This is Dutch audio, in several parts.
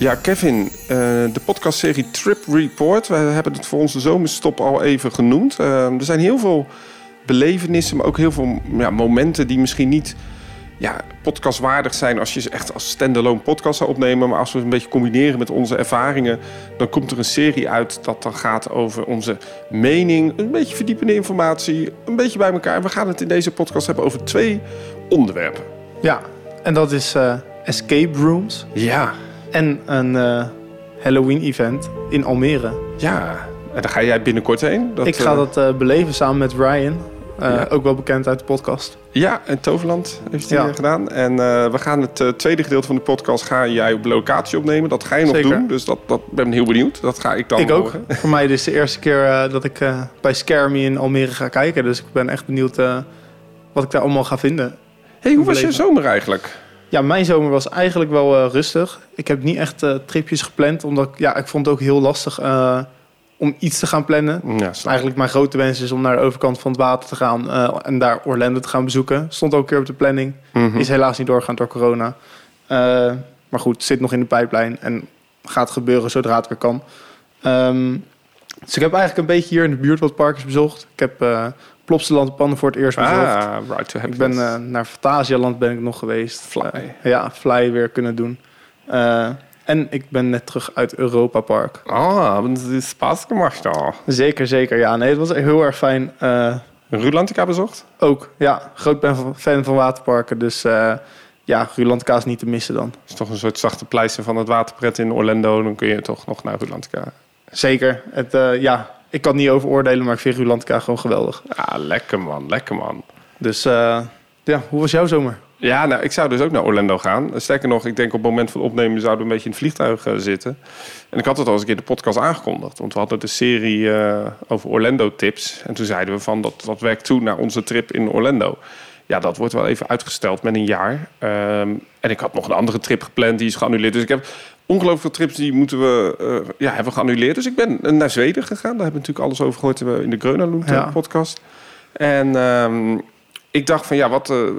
Ja, Kevin, de podcastserie Trip Report. We hebben het voor onze zomerstop al even genoemd. Er zijn heel veel belevenissen, maar ook heel veel momenten die misschien niet podcastwaardig zijn als je ze echt als standalone podcast zou opnemen. Maar als we het een beetje combineren met onze ervaringen, dan komt er een serie uit dat dan gaat over onze mening, een beetje verdiepende informatie, een beetje bij elkaar. En we gaan het in deze podcast hebben over 2 onderwerpen. Ja, en dat is escape rooms. Ja. En een Halloween-event in Almere. Ja, en daar ga jij binnenkort heen. Ik ga dat beleven samen met Ryan. Ook wel bekend uit de podcast. Ja, en Toverland heeft hij gedaan. En we gaan het tweede gedeelte van de podcast ga jij op locatie opnemen. Dat ga je nog doen, dus dat ben ik heel benieuwd. Dat ga ik dan Ik ook. Voor mij is het de eerste keer dat ik bij Scare Me in Almere ga kijken. Dus ik ben echt benieuwd wat ik daar allemaal ga vinden. Hey, hoe was je zomer eigenlijk? Ja, mijn zomer was eigenlijk wel rustig. Ik heb niet echt tripjes gepland, omdat ik vond het ook heel lastig om iets te gaan plannen. Ja, eigenlijk mijn grote wens is om naar de overkant van het water te gaan en daar Orlando te gaan bezoeken. Stond ook een keer op de planning. Mm-hmm. Is helaas niet doorgaan door corona. Maar goed, zit nog in de pijplijn en gaat gebeuren zodra het weer kan. Dus ik heb eigenlijk een beetje hier in de buurt wat parkjes bezocht. Ik heb Plopsaland en Pannen voor het eerst bezocht. Right to ik ben naar Fantasialand ben ik nog geweest. Fly weer kunnen doen. En ik ben net terug uit Europa Park. Hebben ze spaas gemaakt al? Zeker. Ja, nee, het was heel erg fijn. Rulantica bezocht? Ook, ja. Groot fan van waterparken. Dus Rulantica is niet te missen dan. Het is toch een soort zachte pleister van het waterpret in Orlando. Dan kun je toch nog naar Rulantica. Zeker. Ik kan het niet over oordelen, maar ik vind Rulantica gewoon geweldig. Ja, lekker man. Dus hoe was jouw zomer? Ja, nou, ik zou dus ook naar Orlando gaan. Sterker nog, ik denk op het moment van opnemen zouden we een beetje in het vliegtuig zitten. En ik had het al eens een keer de podcast aangekondigd. Want we hadden de serie over Orlando tips. En toen zeiden we van dat werkt toe naar onze trip in Orlando. Ja, dat wordt wel even uitgesteld met een jaar. En ik had nog een andere trip gepland, die is geannuleerd. Dus ik heb ongelooflijk veel trips die hebben we geannuleerd. Dus ik ben naar Zweden gegaan. Daar hebben we natuurlijk alles over gehoord in de Gröna Lund podcast. En ik dacht van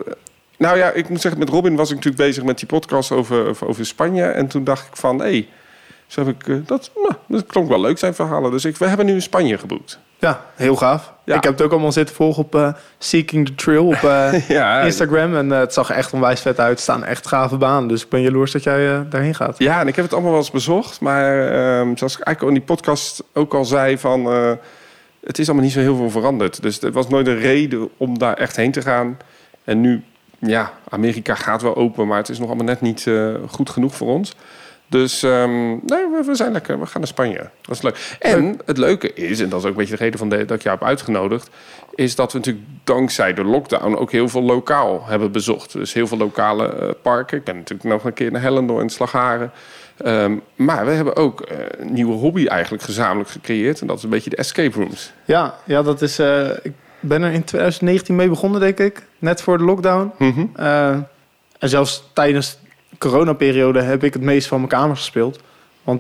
ik moet zeggen, met Robin was ik natuurlijk bezig met die podcast over Spanje. En toen dacht ik van, zo heb ik dat klonk wel leuk zijn verhalen. Dus we hebben nu in Spanje geboekt. Ja, heel gaaf. Ja. Ik heb het ook allemaal zitten volgen op Seeking the Trail op Instagram. En het zag er echt onwijs vet uit. Het staan echt gave banen. Dus ik ben jaloers dat jij daarheen gaat. Ja, en ik heb het allemaal wel eens bezocht. Maar zoals ik eigenlijk in die podcast ook al zei van het is allemaal niet zo heel veel veranderd. Dus er was nooit een reden om daar echt heen te gaan. En nu, Amerika gaat wel open, maar het is nog allemaal net niet goed genoeg voor ons. Dus we zijn lekker. We gaan naar Spanje. Dat is leuk. En het leuke is, en dat is ook een beetje de reden dat ik jou heb uitgenodigd, is dat we natuurlijk dankzij de lockdown ook heel veel lokaal hebben bezocht. Dus heel veel lokale parken. Ik ben natuurlijk nog een keer naar Hellendoorn en Slagharen. Maar we hebben ook een nieuwe hobby eigenlijk gezamenlijk gecreëerd. En dat is een beetje de escape rooms. Ja, dat is ik ben er in 2019 mee begonnen, denk ik. Net voor de lockdown. Mm-hmm. En zelfs tijdens de coronaperiode heb ik het meest van mijn kamer gespeeld. Want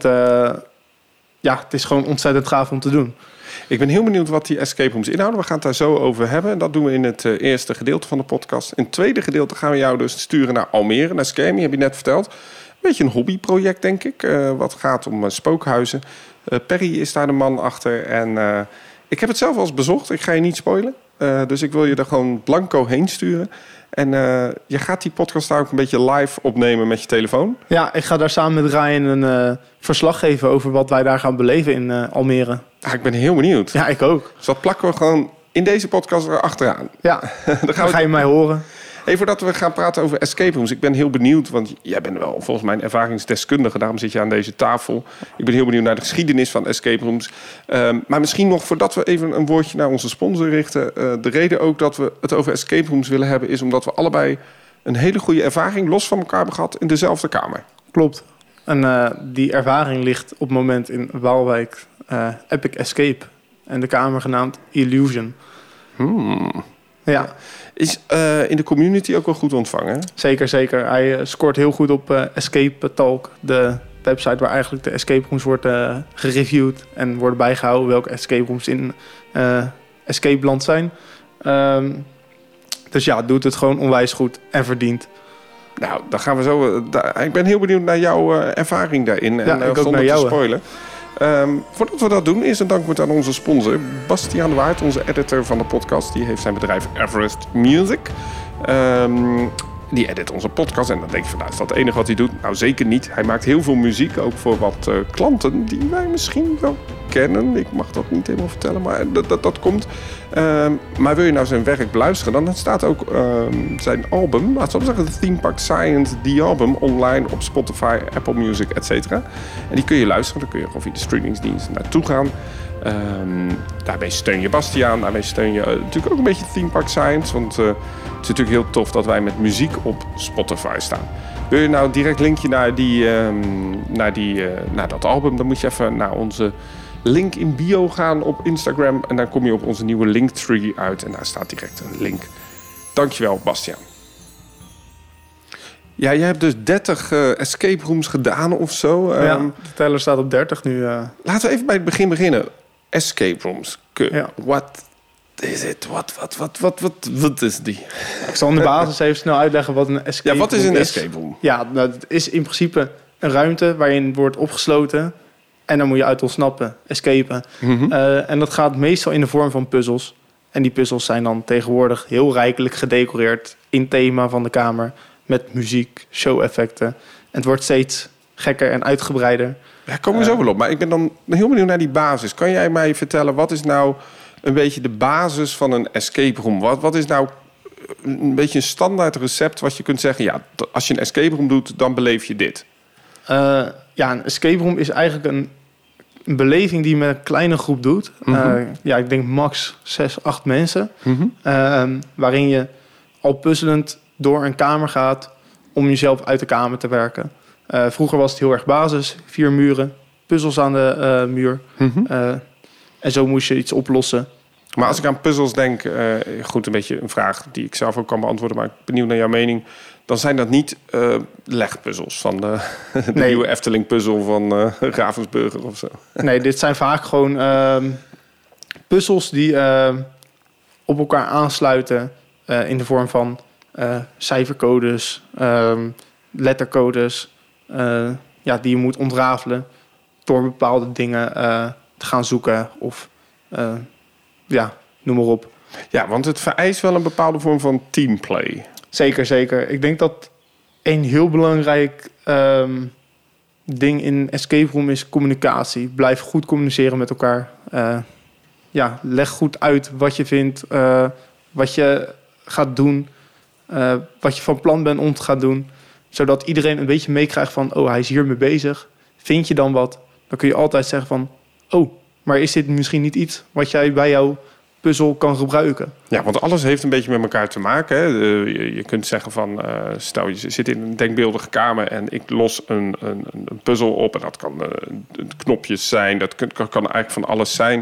het is gewoon ontzettend gaaf om te doen. Ik ben heel benieuwd wat die escape rooms inhouden. We gaan het daar zo over hebben. En dat doen we in het eerste gedeelte van de podcast. In het tweede gedeelte gaan we jou dus sturen naar Almere, naar Scare Me, heb je net verteld. Een beetje een hobbyproject, denk ik. Wat gaat om spookhuizen. Perry is daar de man achter. En ik heb het zelf al eens bezocht. Ik ga je niet spoilen. Dus ik wil je er gewoon blanco heen sturen. En je gaat die podcast daar ook een beetje live opnemen met je telefoon. Ja, ik ga daar samen met Ryan een verslag geven over wat wij daar gaan beleven in Almere. Ik ben heel benieuwd. Ja, ik ook. Dus dat plakken we gewoon in deze podcast erachteraan. Ja, dan ga je mij horen. Voordat we gaan praten over escape rooms. Ik ben heel benieuwd, want jij bent wel volgens mij een ervaringsdeskundige. Daarom zit je aan deze tafel. Ik ben heel benieuwd naar de geschiedenis van escape rooms. Maar misschien nog voordat we even een woordje naar onze sponsor richten. De reden ook dat we het over escape rooms willen hebben is omdat we allebei een hele goede ervaring los van elkaar hebben gehad in dezelfde kamer. Klopt. En die ervaring ligt op het moment in Waalwijk Epic Escape. En de kamer genaamd Illusion. Ja. Is in de community ook wel goed ontvangen? Zeker. Hij scoort heel goed op Escape Talk, de website waar eigenlijk de escape rooms worden gereviewd en worden bijgehouden welke escape rooms in Escape Land zijn. Dus doet het gewoon onwijs goed en verdient. Nou, dan gaan we zo... ik ben heel benieuwd naar jouw ervaring daarin. En ik ook zonder naar te jou, spoilen. Voordat we dat doen, eerst een dankwoord aan onze sponsor. Bastiaan de Waard, onze editor van de podcast. Die heeft zijn bedrijf Everest Music. Die edit onze podcast. En dan denk je van, is dat het enige wat hij doet? Nou, zeker niet. Hij maakt heel veel muziek, ook voor wat klanten die wij misschien wel kennen. Ik mag dat niet helemaal vertellen, maar dat komt. Maar wil je nou zijn werk beluisteren, dan staat ook zijn album, laten we zeggen, The Theme Park Science, The Album, online op Spotify, Apple Music, etc. En die kun je luisteren, dan kun je gewoon via de streamingsdienst naartoe gaan. Daarbij steun je Bastiaan, daarmee steun je natuurlijk ook een beetje Theme Park Science, want het is natuurlijk heel tof dat wij met muziek op Spotify staan. Wil je nou direct linkje naar dat album, dan moet je even naar onze link in bio gaan op Instagram en dan kom je op onze nieuwe Linktree uit en daar staat direct een link. Dankjewel, Bastiaan. Ja, jij hebt dus 30 escape rooms gedaan of zo. Ja, de teller staat op 30 nu. Laten we even bij het begin beginnen. Escape rooms. Wat is het? Wat is die? Ik zal in de basis even snel uitleggen wat een escape room is. Ja, wat is een escape room? Ja, nou, het is in principe een ruimte waarin wordt opgesloten. En dan moet je uit ontsnappen, escapen. Mm-hmm. En dat gaat meestal in de vorm van puzzels. En die puzzels zijn dan tegenwoordig heel rijkelijk gedecoreerd in thema van de kamer. Met muziek, show-effecten. En het wordt steeds gekker en uitgebreider. Ja, komen we zo wel op. Maar ik ben dan heel benieuwd naar die basis. Kan jij mij vertellen, wat is nou een beetje de basis van een escape room? Wat is nou een beetje een standaard recept wat je kunt zeggen? Ja, als je een escape room doet, dan beleef je dit. Een escape room is eigenlijk een beleving die je met een kleine groep doet. Mm-hmm. Ik denk max 6, 8 mensen. Mm-hmm. Waarin je al puzzelend door een kamer gaat om jezelf uit de kamer te werken. Vroeger was het heel erg basis. 4 muren, puzzels aan de muur. Mm-hmm. En zo moest je iets oplossen. Maar als ik aan puzzels denk, goed, een beetje een vraag die ik zelf ook kan beantwoorden, maar ik ben benieuwd naar jouw mening. Dan zijn dat niet legpuzzels van de nieuwe Efteling-puzzel van Ravensburger of zo. Nee, dit zijn vaak gewoon puzzels die op elkaar aansluiten in de vorm van cijfercodes, lettercodes, die je moet ontrafelen door bepaalde dingen te gaan zoeken of noem maar op. Ja, want het vereist wel een bepaalde vorm van teamplay. Zeker. Ik denk dat een heel belangrijk ding in een escape room is communicatie. Blijf goed communiceren met elkaar. Leg goed uit wat je vindt, wat je gaat doen, wat je van plan bent om te gaan doen. Zodat iedereen een beetje meekrijgt van, hij is hiermee bezig. Vind je dan wat? Dan kun je altijd zeggen van, maar is dit misschien niet iets wat jij bij jouw puzzel kan gebruiken? Ja, want alles heeft een beetje met elkaar te maken. Hè. Je kunt zeggen van, stel je zit in een denkbeeldige kamer en ik los een puzzel op. En dat kan knopjes zijn, dat kan eigenlijk van alles zijn.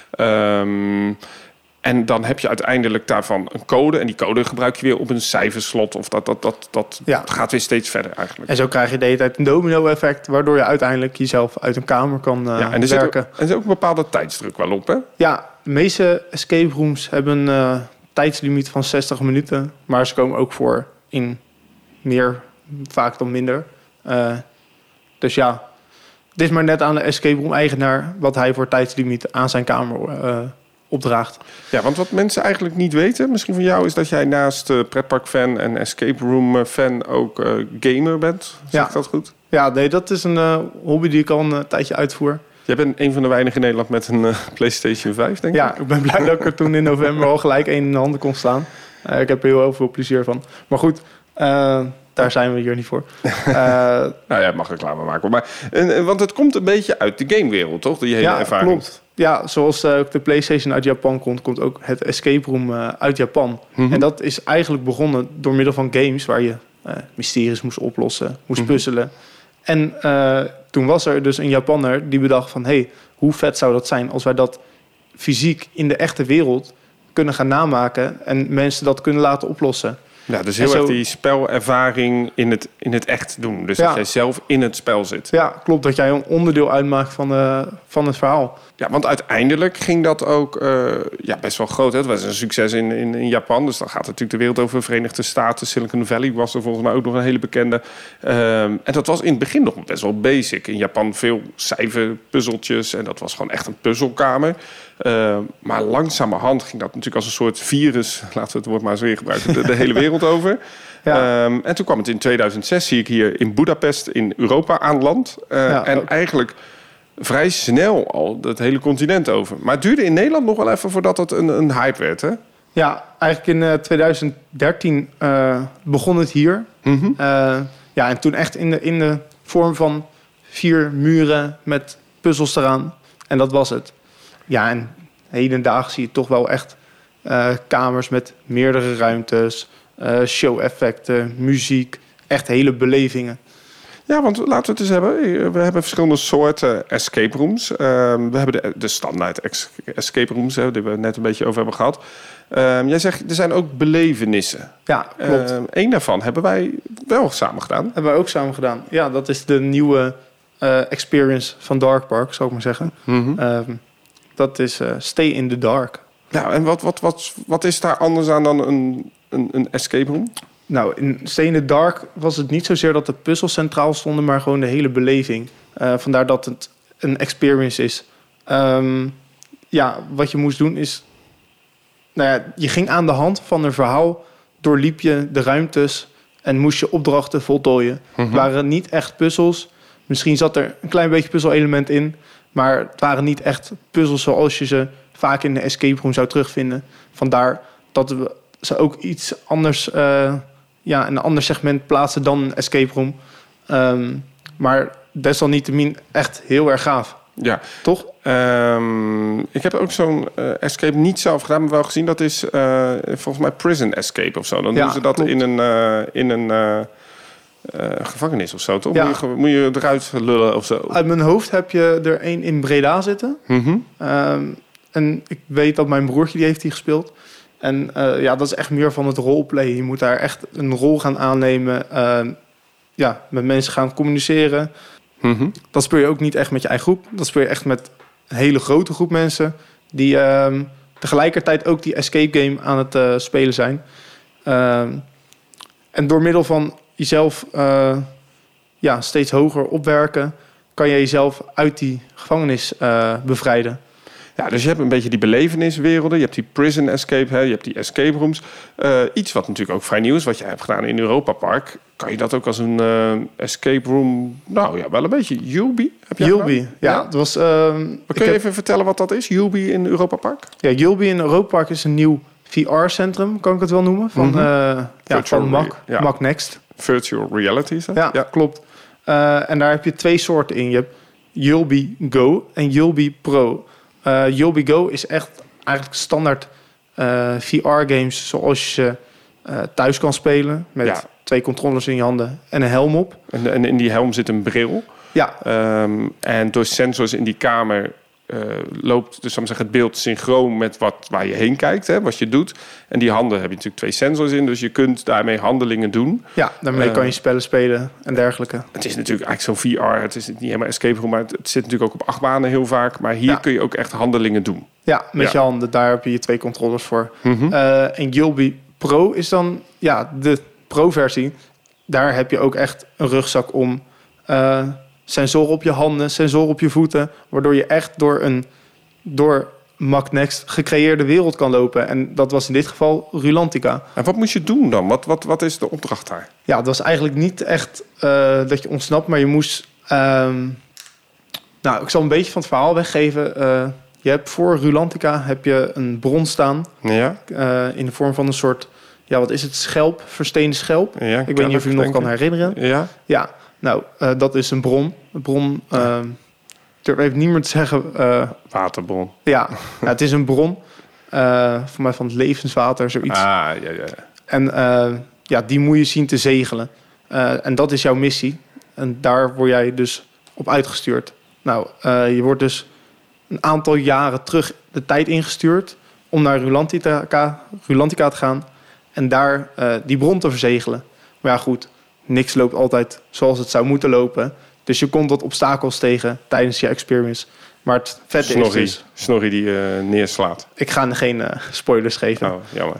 En dan heb je uiteindelijk daarvan een code. En die code gebruik je weer op een cijferslot. Of dat gaat weer steeds verder eigenlijk. En zo krijg je de hele tijd een domino-effect, waardoor je uiteindelijk jezelf uit een kamer kan en er werken. Er zit ook een bepaalde tijdsdruk wel op, hè? Ja, de meeste escape rooms hebben een tijdslimiet van 60 minuten. Maar ze komen ook voor in meer, vaak dan minder. Dus ja, het is maar net aan de escape room-eigenaar wat hij voor tijdslimiet aan zijn kamer opdraagt. Ja, want wat mensen eigenlijk niet weten, misschien van jou, is dat jij naast pretpark-fan en escape room-fan ook gamer bent. Zeg ik dat goed? Ja, nee, dat is een hobby die ik al een tijdje uitvoer. Jij bent een van de weinigen in Nederland met een PlayStation 5, denk ik. Ja, ik ben blij dat ik er toen in november al gelijk één in de handen kon staan. Ik heb er heel veel plezier van. Maar goed, daar zijn we hier niet voor. Mag reclame maken. Maar, want het komt een beetje uit de gamewereld, toch? Die hele ervaring. Klopt. Ja, zoals de PlayStation uit Japan komt ook het escape room uit Japan. Mm-hmm. En dat is eigenlijk begonnen door middel van games waar je mysteries moest oplossen, moest puzzelen. En toen was er dus een Japanner die bedacht van, hoe vet zou dat zijn als wij dat fysiek in de echte wereld kunnen gaan namaken en mensen dat kunnen laten oplossen. Ja, dus heel erg die spelervaring in het echt doen. Dus dat jij zelf in het spel zit. Ja, klopt. Dat jij een onderdeel uitmaakt van het verhaal. Ja, want uiteindelijk ging dat ook best wel groot. Hè? Het was een succes in Japan. Dus dan gaat natuurlijk de wereld over. Verenigde Staten, Silicon Valley was er volgens mij ook nog een hele bekende. En dat was in het begin nog best wel basic. In Japan veel cijferpuzzeltjes. En dat was gewoon echt een puzzelkamer. Maar langzamerhand ging dat natuurlijk als een soort virus. Laten we het woord maar eens weer gebruiken. De hele wereld over. Ja. En toen kwam het in 2006, zie ik hier in Budapest in Europa aan land. En eigenlijk vrij snel al het hele continent over. Maar het duurde in Nederland nog wel even voordat het een hype werd, hè? Ja, eigenlijk in 2013 begon het hier. Mm-hmm. En toen echt in de vorm van 4 muren met puzzels eraan. En dat was het. Ja, en hedendaag zie je toch wel echt kamers met meerdere ruimtes, show-effecten, muziek, echt hele belevingen. Ja, want laten we het eens hebben. We hebben verschillende soorten escape rooms. We hebben de standaard escape rooms, die we net een beetje over hebben gehad. Jij zegt, er zijn ook belevenissen. Ja, klopt. Eén daarvan hebben wij wel samen gedaan. Hebben wij ook samen gedaan. Ja, dat is de nieuwe experience van Dark Park, zou ik maar zeggen. Mm-hmm. Dat is Stay in the Dark. Ja, en wat is daar anders aan dan een escape room? Nou, in Stay in the Dark was het niet zozeer dat de puzzels centraal stonden, maar gewoon de hele beleving. Vandaar dat het een experience is. Wat je moest doen is... je ging aan de hand van een verhaal, doorliep je de ruimtes en moest je opdrachten voltooien. Mm-hmm. Het waren niet echt puzzels. Misschien zat er een klein beetje puzzelelement in, maar het waren niet echt puzzels zoals je ze vaak in de escape room zou terugvinden. Vandaar dat we ze ook iets anders... een ander segment plaatsen dan een escape room. Maar desalniettemin echt heel erg gaaf. Ja. Toch? Ik heb ook zo'n escape niet zelf gedaan, maar wel gezien. Dat is volgens mij prison escape of zo. Dan doen ze dat klopt. in een gevangenis of zo, toch? Ja. Moet je eruit lullen of zo? Uit mijn hoofd heb je er één in Breda zitten. Mm-hmm. En ik weet dat mijn broertje die heeft die gespeeld. En dat is echt meer van het roleplay. Je moet daar echt een rol gaan aannemen. Met mensen gaan communiceren. Mm-hmm. Dat speel je ook niet echt met je eigen groep. Dat speel je echt met een hele grote groep mensen die tegelijkertijd ook die escape game aan het spelen zijn. En door middel van jezelf steeds hoger opwerken, kan je jezelf uit die gevangenis bevrijden. Ja, dus je hebt een beetje die beleveniswerelden. Je hebt die prison escape, je hebt die escape rooms. Iets wat natuurlijk ook vrij nieuw is, wat jij hebt gedaan in Europa Park. Kan je dat ook als een escape room... Nou ja, wel een beetje. Yulby heb je Yulby, ja. Het was, kun je even vertellen wat dat is, Yulby in Europa Park? Ja, Yulby in Europa Park is een nieuw VR-centrum, kan ik het wel noemen. Van, van Mac Next. Virtual reality is dat? Ja, klopt. En daar heb je 2 soorten in. Je hebt Yulby Go en Yulby Pro. Yulby Go is echt eigenlijk standaard VR-games zoals je thuis kan spelen. Met 2 controllers in je handen en een helm op. En in die helm zit een bril. Ja. En door sensors in die kamer loopt dus het beeld synchroon met waar je heen kijkt, hè, wat je doet. En die handen heb je natuurlijk 2 sensors in, dus je kunt daarmee handelingen doen. Ja, daarmee kan je spellen spelen en dergelijke. Het is natuurlijk eigenlijk zo'n VR, het is niet helemaal escape room, maar het zit natuurlijk ook op achtbanen heel vaak. Maar hier kun je ook echt handelingen doen. Ja, met je handen, daar heb je 2 controllers voor. Mm-hmm. En Yulby Pro is dan de Pro-versie. Daar heb je ook echt een rugzak om... sensoren op je handen, sensoren op je voeten, waardoor je echt door Mac Next gecreëerde wereld kan lopen. En dat was in dit geval Rulantica. En wat moest je doen dan? Wat is de opdracht daar? Ja, het was eigenlijk niet echt dat je ontsnapt, maar je moest... ik zal een beetje van het verhaal weggeven. Je hebt voor Rulantica heb je een bron staan. Ja. In de vorm van een soort... wat is het? Schelp, versteende schelp. Ja, ik weet niet of je nog kan herinneren. Ja. Ja. Nou, dat is een bron. Een bron, durf even niet meer te zeggen... waterbron. Ja, het is een bron. Voor mij van het levenswater, zoiets. Ah, ja. En die moet je zien te zegelen. En dat is jouw missie. En daar word jij dus op uitgestuurd. Nou, je wordt dus een aantal jaren terug de tijd ingestuurd... om naar Rulantica te gaan. en daar die bron te verzegelen. Maar ja, goed, niks loopt altijd zoals het zou moeten lopen. Dus je komt wat obstakels tegen tijdens je experience. Maar het vette is dus... Snorri die neerslaat. Ik ga geen spoilers geven. Oh, jammer.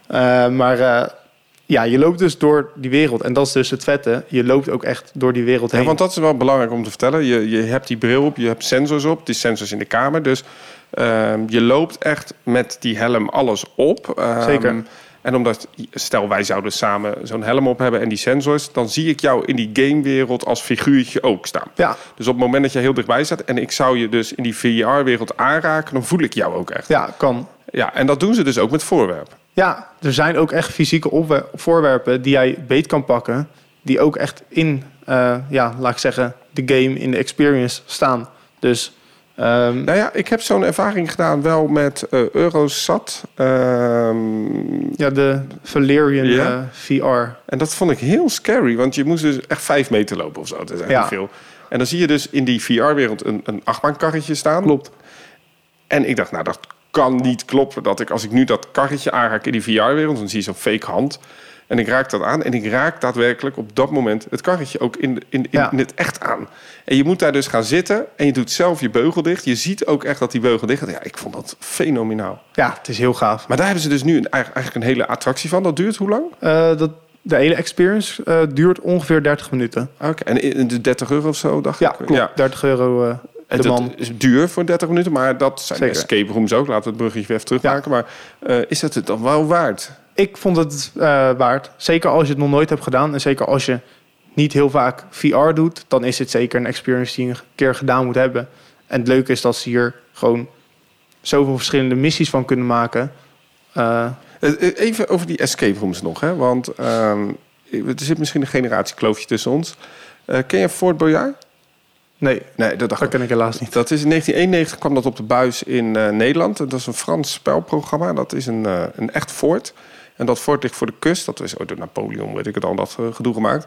Ja, je loopt dus door die wereld. En dat is dus het vette. Je loopt ook echt door die wereld heen. Ja, want dat is wel belangrijk om te vertellen. Je hebt die bril op, je hebt sensors op. Die sensors in de kamer. Dus je loopt echt met die helm alles op. Zeker. En omdat, stel wij zouden samen zo'n helm op hebben en die sensors, dan zie ik jou in die gamewereld als figuurtje ook staan. Ja. Dus op het moment dat je heel dichtbij staat en ik zou je dus in die VR-wereld aanraken, dan voel ik jou ook echt. Ja, kan. Ja, en dat doen ze dus ook met voorwerpen. Ja, er zijn ook echt fysieke voorwerpen die jij beet kan pakken, die ook echt in, laat ik zeggen, de game, in de experience staan. Dus... nou ja, ik heb zo'n ervaring gedaan wel met Eurosat. Ja, de Valerian VR. En dat vond ik heel scary, want je moest dus echt 5 meter lopen of zo. Dat is echt veel. En dan zie je dus in die VR-wereld een achtbaankarretje staan. Klopt. En ik dacht, nou, dat kan niet kloppen. Dat ik, als ik nu dat karretje aanraak in die VR-wereld, dan zie je zo'n fake hand. En ik raak dat aan en ik raak daadwerkelijk op dat moment het karretje ook in het echt aan. En je moet daar dus gaan zitten en je doet zelf je beugel dicht. Je ziet ook echt dat die beugel dicht gaat. Ja, ik vond dat fenomenaal. Ja, het is heel gaaf. Maar daar hebben ze dus nu eigenlijk een hele attractie van. Dat duurt hoe lang? De hele experience duurt ongeveer 30 minuten. Oké, en de €30 of zo, dacht ik? Ja, klopt. Ja. €30 de man. Dat is duur voor 30 minuten, maar dat zijn Zeker. escape rooms ook. Laten we het bruggetje weer even terugmaken. Ja. Maar is dat het dan wel waard? Ik vond het waard. Zeker als je het nog nooit hebt gedaan. En zeker als je niet heel vaak VR doet. Dan is het zeker een experience die je een keer gedaan moet hebben. En het leuke is dat ze hier gewoon zoveel verschillende missies van kunnen maken. Even over die escape rooms nog. Hè? Want er zit misschien een generatiekloofje tussen ons. Ken je Fort Boyard? Nee, dat ken ik helaas niet. Dat is in 1991 kwam dat op de buis in Nederland. Dat is een Frans spelprogramma. Dat is een echt fort. En dat fort ligt voor de kust. Dat is door Napoleon, weet ik het al, dat gedoe gemaakt.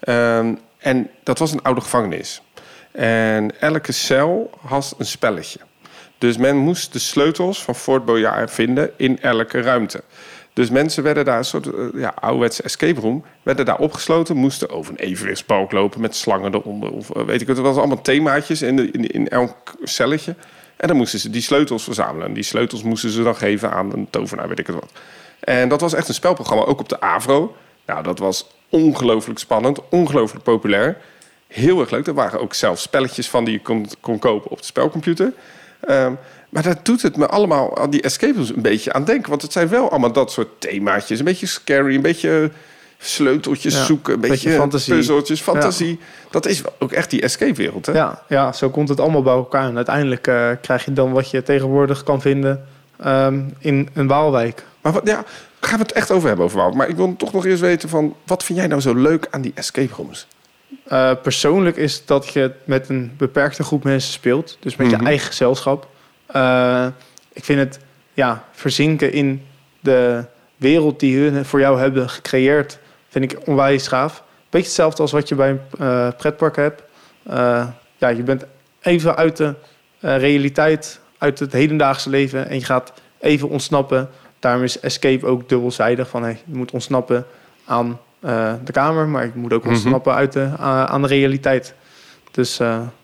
En dat was een oude gevangenis. En elke cel had een spelletje. Dus men moest de sleutels van Fort Boyard vinden in elke ruimte. Dus mensen werden daar een soort ouderwetse escape room, werden daar opgesloten, moesten over een evenwichtsbalk lopen met slangen eronder. Of weet ik het, was allemaal themaatjes in elk celletje. En dan moesten ze die sleutels verzamelen. En die sleutels moesten ze dan geven aan een tovenaar, weet ik het wat. En dat was echt een spelprogramma, ook op de Avro. Nou, dat was ongelooflijk spannend, ongelooflijk populair. Heel erg leuk. Er waren ook zelfs spelletjes van die je kon kopen op de spelcomputer. Maar daar doet het me allemaal aan die escape rooms een beetje aan denken. Want het zijn wel allemaal dat soort themaatjes. Een beetje scary, een beetje sleuteltjes zoeken. Een beetje fantasie. Puzzeltjes, fantasie. Ja. Dat is ook echt die escape-wereld, hè? Ja, zo komt het allemaal bij elkaar. En uiteindelijk krijg je dan wat je tegenwoordig kan vinden in een Waalwijk. Maar gaan we het echt over hebben over Waalwijk. Maar ik wil toch nog eerst weten van, wat vind jij nou zo leuk aan die escape rooms? Persoonlijk is dat je met een beperkte groep mensen speelt. Dus met je eigen gezelschap. Ik vind het verzinken in de wereld die hun voor jou hebben gecreëerd, vind ik onwijs gaaf. Beetje hetzelfde als wat je bij een pretpark hebt. Je bent even uit de realiteit, uit het hedendaagse leven en je gaat even ontsnappen. Daarom is escape ook dubbelzijdig. Van, je moet ontsnappen aan de kamer, maar je moet ook ontsnappen aan de realiteit. Dus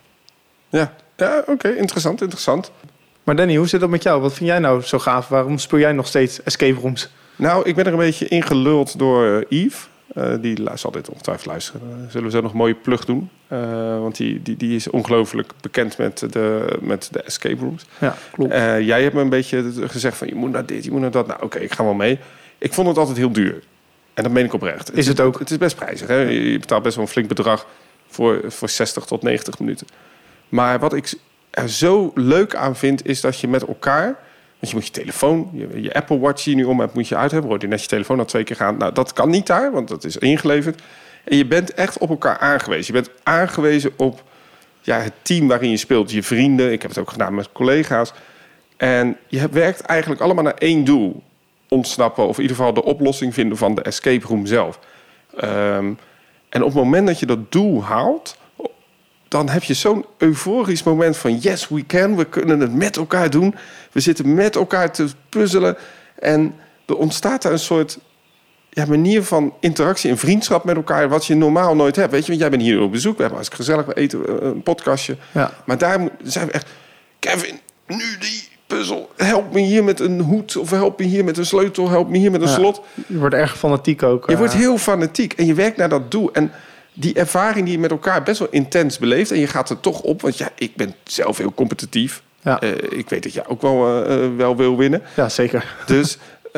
oké, interessant. Maar Danny, hoe zit dat met jou? Wat vind jij nou zo gaaf? Waarom speel jij nog steeds escape rooms? Nou, ik ben er een beetje ingeluld door Yves. Die zal dit ongetwijfeld luisteren. Zullen we zo nog een mooie plug doen? Want die is ongelooflijk bekend met de escape rooms. Ja, klopt. Jij hebt me een beetje gezegd van, je moet naar dit, je moet naar dat. Nou, oké, ik ga wel mee. Ik vond het altijd heel duur. En dat meen ik oprecht. Is het ook? Het is best prijzig. Hè? Je betaalt best wel een flink bedrag voor 60 tot 90 minuten. Maar wat ik er zo leuk aan vind, is dat je met elkaar, want je moet je telefoon, je Apple Watch die je nu om hebt, moet je uit hebben. Hoor je net je telefoon al 2 keer gaan. Nou, dat kan niet daar, want dat is ingeleverd. En je bent echt op elkaar aangewezen. Je bent aangewezen op het team waarin je speelt. Je vrienden, ik heb het ook gedaan met collega's. En je werkt eigenlijk allemaal naar één doel. Ontsnappen, of in ieder geval de oplossing vinden van de escape room zelf. En op het moment dat je dat doel haalt, dan heb je zo'n euforisch moment van yes, we can. We kunnen het met elkaar doen. We zitten met elkaar te puzzelen. En er ontstaat daar een soort manier van interactie en vriendschap met elkaar, wat je normaal nooit hebt. Weet je, want jij bent hier op bezoek, we hebben hartstikke gezellig, we eten een podcastje. Ja. Maar daar zijn we echt, Kevin, nu die puzzel, help me hier met een hoed, of help me hier met een sleutel, help me hier met een slot. Je wordt erg fanatiek ook. Je wordt heel fanatiek en je werkt naar dat doel. En die ervaring die je met elkaar best wel intens beleeft, en je gaat er toch op, want ik ben zelf heel competitief. Ja. Ik weet dat jij ook wel wil winnen. Ja, zeker. Dus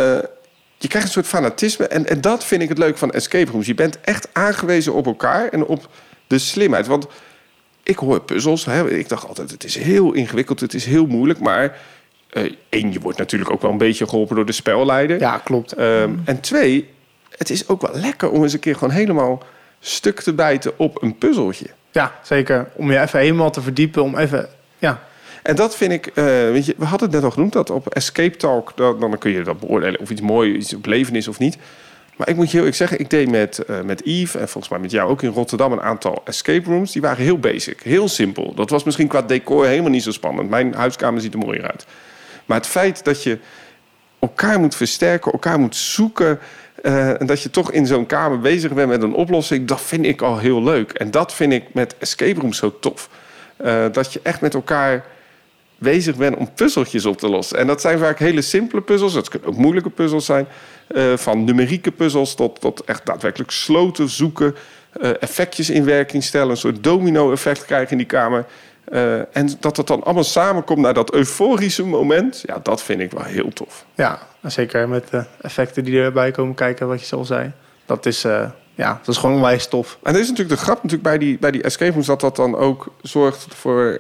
je krijgt een soort fanatisme. En dat vind ik het leuk van escape rooms. Je bent echt aangewezen op elkaar en op de slimheid. Want ik hoor puzzels. Hè, ik dacht altijd, het is heel ingewikkeld, het is heel moeilijk. Maar je wordt natuurlijk ook wel een beetje geholpen door de spelleider. Ja, klopt. En 2, het is ook wel lekker om eens een keer gewoon helemaal stuk te bijten op een puzzeltje. Ja, zeker. Om je even helemaal te verdiepen, om even... Ja. En dat vind ik, weet je, we hadden het net al genoemd, dat op Escape Talk, dan kun je dat beoordelen of iets mooi, iets op leven is of niet. Maar ik moet je heel eerlijk zeggen, ik deed met Yves en volgens mij met jou ook in Rotterdam een aantal escape rooms. Die waren heel basic, heel simpel. Dat was misschien qua decor helemaal niet zo spannend. Mijn huiskamer ziet er mooier uit. Maar het feit dat je elkaar moet versterken, elkaar moet zoeken, en dat je toch in zo'n kamer bezig bent met een oplossing, dat vind ik al heel leuk. En dat vind ik met escape rooms zo tof. Dat je echt met elkaar bezig bent om puzzeltjes op te lossen. En dat zijn vaak hele simpele puzzels. Dat kunnen ook moeilijke puzzels zijn. Van numerieke puzzels tot echt daadwerkelijk sloten zoeken. Effectjes in werking stellen. Een soort domino-effect krijgen in die kamer. En dat het dan allemaal samenkomt naar dat euforische moment. Ja, dat vind ik wel heel tof. Ja, zeker met de effecten die erbij komen kijken, wat je zo zei. Dat is gewoon onwijs tof. En er is natuurlijk de grap bij die escape rooms, dat dan ook zorgt voor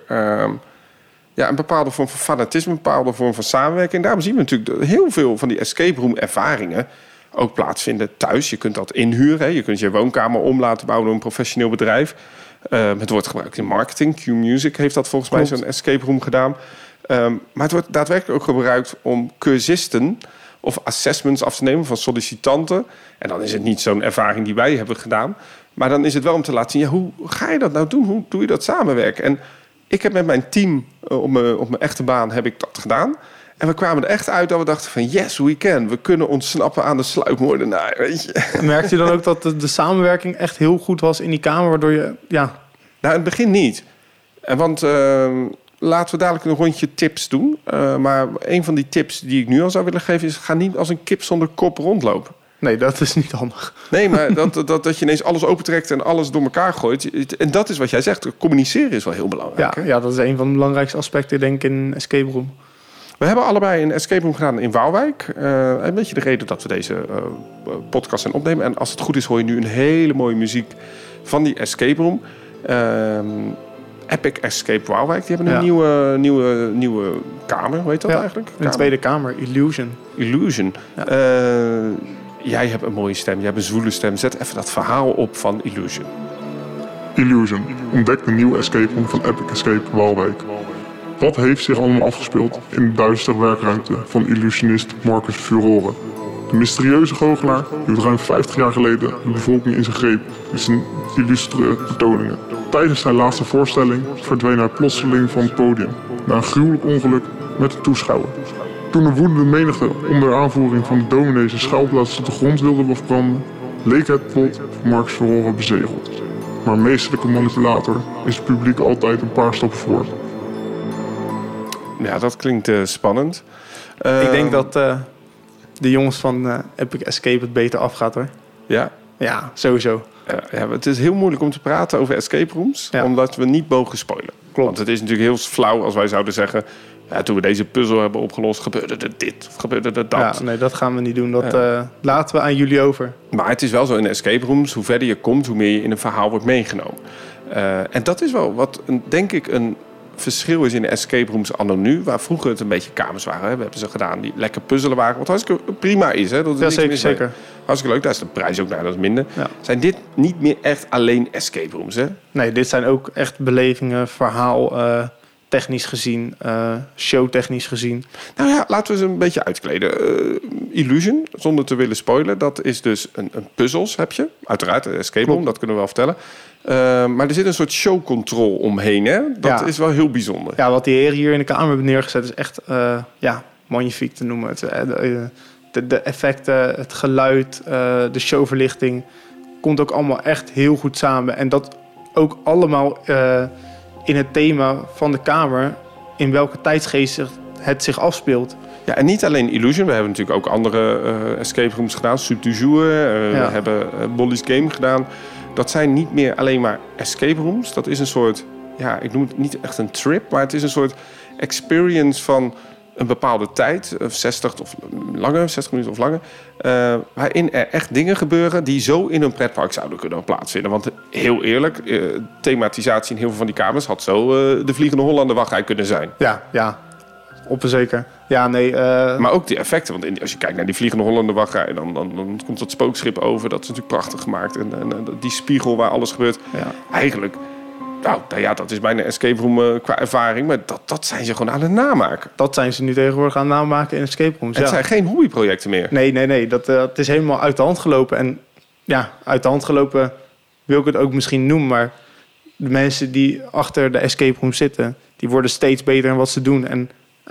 een bepaalde vorm van fanatisme, een bepaalde vorm van samenwerking. En daarom zien we natuurlijk heel veel van die escape room ervaringen ook plaatsvinden thuis. Je kunt dat inhuren. Hè. Je kunt je woonkamer om laten bouwen door een professioneel bedrijf. Het wordt gebruikt in marketing. Q-Music heeft dat volgens mij zo'n escape room gedaan. Maar het wordt daadwerkelijk ook gebruikt om cursisten of assessments af te nemen van sollicitanten. En dan is het niet zo'n ervaring die wij hebben gedaan. Maar dan is het wel om te laten zien, hoe ga je dat nou doen? Hoe doe je dat samenwerken? En ik heb met mijn team op mijn echte baan heb ik dat gedaan. En we kwamen er echt uit dat we dachten van yes, we can. We kunnen ontsnappen aan de sluipmoordenaar, weet je. Merkte je dan ook dat de samenwerking echt heel goed was in die kamer, waardoor je... Ja. Nou, in het begin niet. Want laten we dadelijk een rondje tips doen. Maar een van die tips die ik nu al zou willen geven is, ga niet als een kip zonder kop rondlopen. Nee, dat is niet handig. Nee, maar dat je ineens alles opentrekt en alles door elkaar gooit. En dat is wat jij zegt. Communiceren is wel heel belangrijk. Ja, dat is een van de belangrijkste aspecten, denk ik, in een escape room. We hebben allebei een escape room gedaan in Waalwijk. Een beetje de reden dat we deze podcast zijn opnemen. En als het goed is, hoor je nu een hele mooie muziek van die escape room. Epic Escape Waalwijk. Die hebben een nieuwe kamer. Hoe heet dat eigenlijk? Een tweede kamer. Illusion. Ja. Jij hebt een mooie stem. Jij hebt een zwoele stem. Zet even dat verhaal op van Illusion. Illusion. Ontdek de nieuwe escape room van Epic Escape Waalwijk. Wat heeft zich allemaal afgespeeld in de duistere werkruimte van illusionist Marcus Furore? De mysterieuze goochelaar hield ruim 50 jaar geleden de bevolking in zijn greep met zijn illustere vertoningen. Tijdens zijn laatste voorstelling verdween hij plotseling van het podium na een gruwelijk ongeluk met de toeschouwer. Toen de woedende menigte onder aanvoering van de dominees zijn schuilplaats tot de grond wilde afbranden, leek het plot van Marcus Furore bezegeld. Maar meesterlijke manipulator is het publiek altijd een paar stappen voor. Ja, dat klinkt spannend. Ik denk dat de jongens van Epic Escape het beter afgaat, hoor. Ja? Ja, sowieso. Ja, het is heel moeilijk om te praten over escape rooms, omdat we niet mogen spoilen. Klopt. Want het is natuurlijk heel flauw als wij zouden zeggen, toen we deze puzzel hebben opgelost, gebeurde er dit of gebeurde er dat. Ja, nee, dat gaan we niet doen. Dat laten we aan jullie over. Maar het is wel zo in escape rooms, hoe verder je komt, hoe meer je in een verhaal wordt meegenomen. En dat is wel wat, denk ik, een verschil is in de escape rooms anno nu, waar vroeger het een beetje kamers waren. Hè. We hebben ze gedaan die lekker puzzelen waren, wat hartstikke prima is. Hè. Dat is zeker. Hartstikke leuk, daar is de prijs ook naar, dat is minder. Ja. Zijn dit niet meer echt alleen escape rooms, hè? Nee, dit zijn ook echt belevingen, verhaal, technisch gezien, showtechnisch gezien. Nou ja, laten we ze een beetje uitkleden. Illusion, zonder te willen spoilen, dat is dus een puzzels heb je. Uiteraard, een escape room, dat kunnen we wel vertellen. Maar er zit een soort showcontrol omheen, hè? Dat is wel heel bijzonder. Ja, wat die heren hier in de kamer hebben neergezet is echt magnifiek te noemen. Het de effecten, het geluid, de showverlichting komt ook allemaal echt heel goed samen. En dat ook allemaal in het thema van de kamer, in welke tijdsgeest het zich afspeelt. Ja, en niet alleen Illusion. We hebben natuurlijk ook andere escape rooms gedaan. Soup du Jour. We hebben Molly's Game gedaan. Dat zijn niet meer alleen maar escape rooms. Dat is een soort, ja, ik noem het niet echt een trip, maar het is een soort experience van een bepaalde tijd, 60 minuten of langer, waarin er echt dingen gebeuren die zo in een pretpark zouden kunnen plaatsvinden. Want heel eerlijk, thematisatie in heel veel van die kamers had zo de Vliegende Hollander wachtrij kunnen zijn. Ja, op een zeker. Ja, nee. Maar ook die effecten, want als je kijkt naar die Vliegende Hollander wachtrij, dan komt dat spookschip over. Dat is natuurlijk prachtig gemaakt. En die spiegel waar alles gebeurt. Ja. Eigenlijk, nou ja, dat is bijna escape room qua ervaring. Maar dat zijn ze gewoon aan het namaken. Dat zijn ze nu tegenwoordig aan het namaken in escape rooms. Het zijn geen hobbyprojecten meer. Nee. Dat is helemaal uit de hand gelopen. En ja, uit de hand gelopen wil ik het ook misschien noemen. Maar de mensen die achter de escape room zitten, die worden steeds beter in wat ze doen. En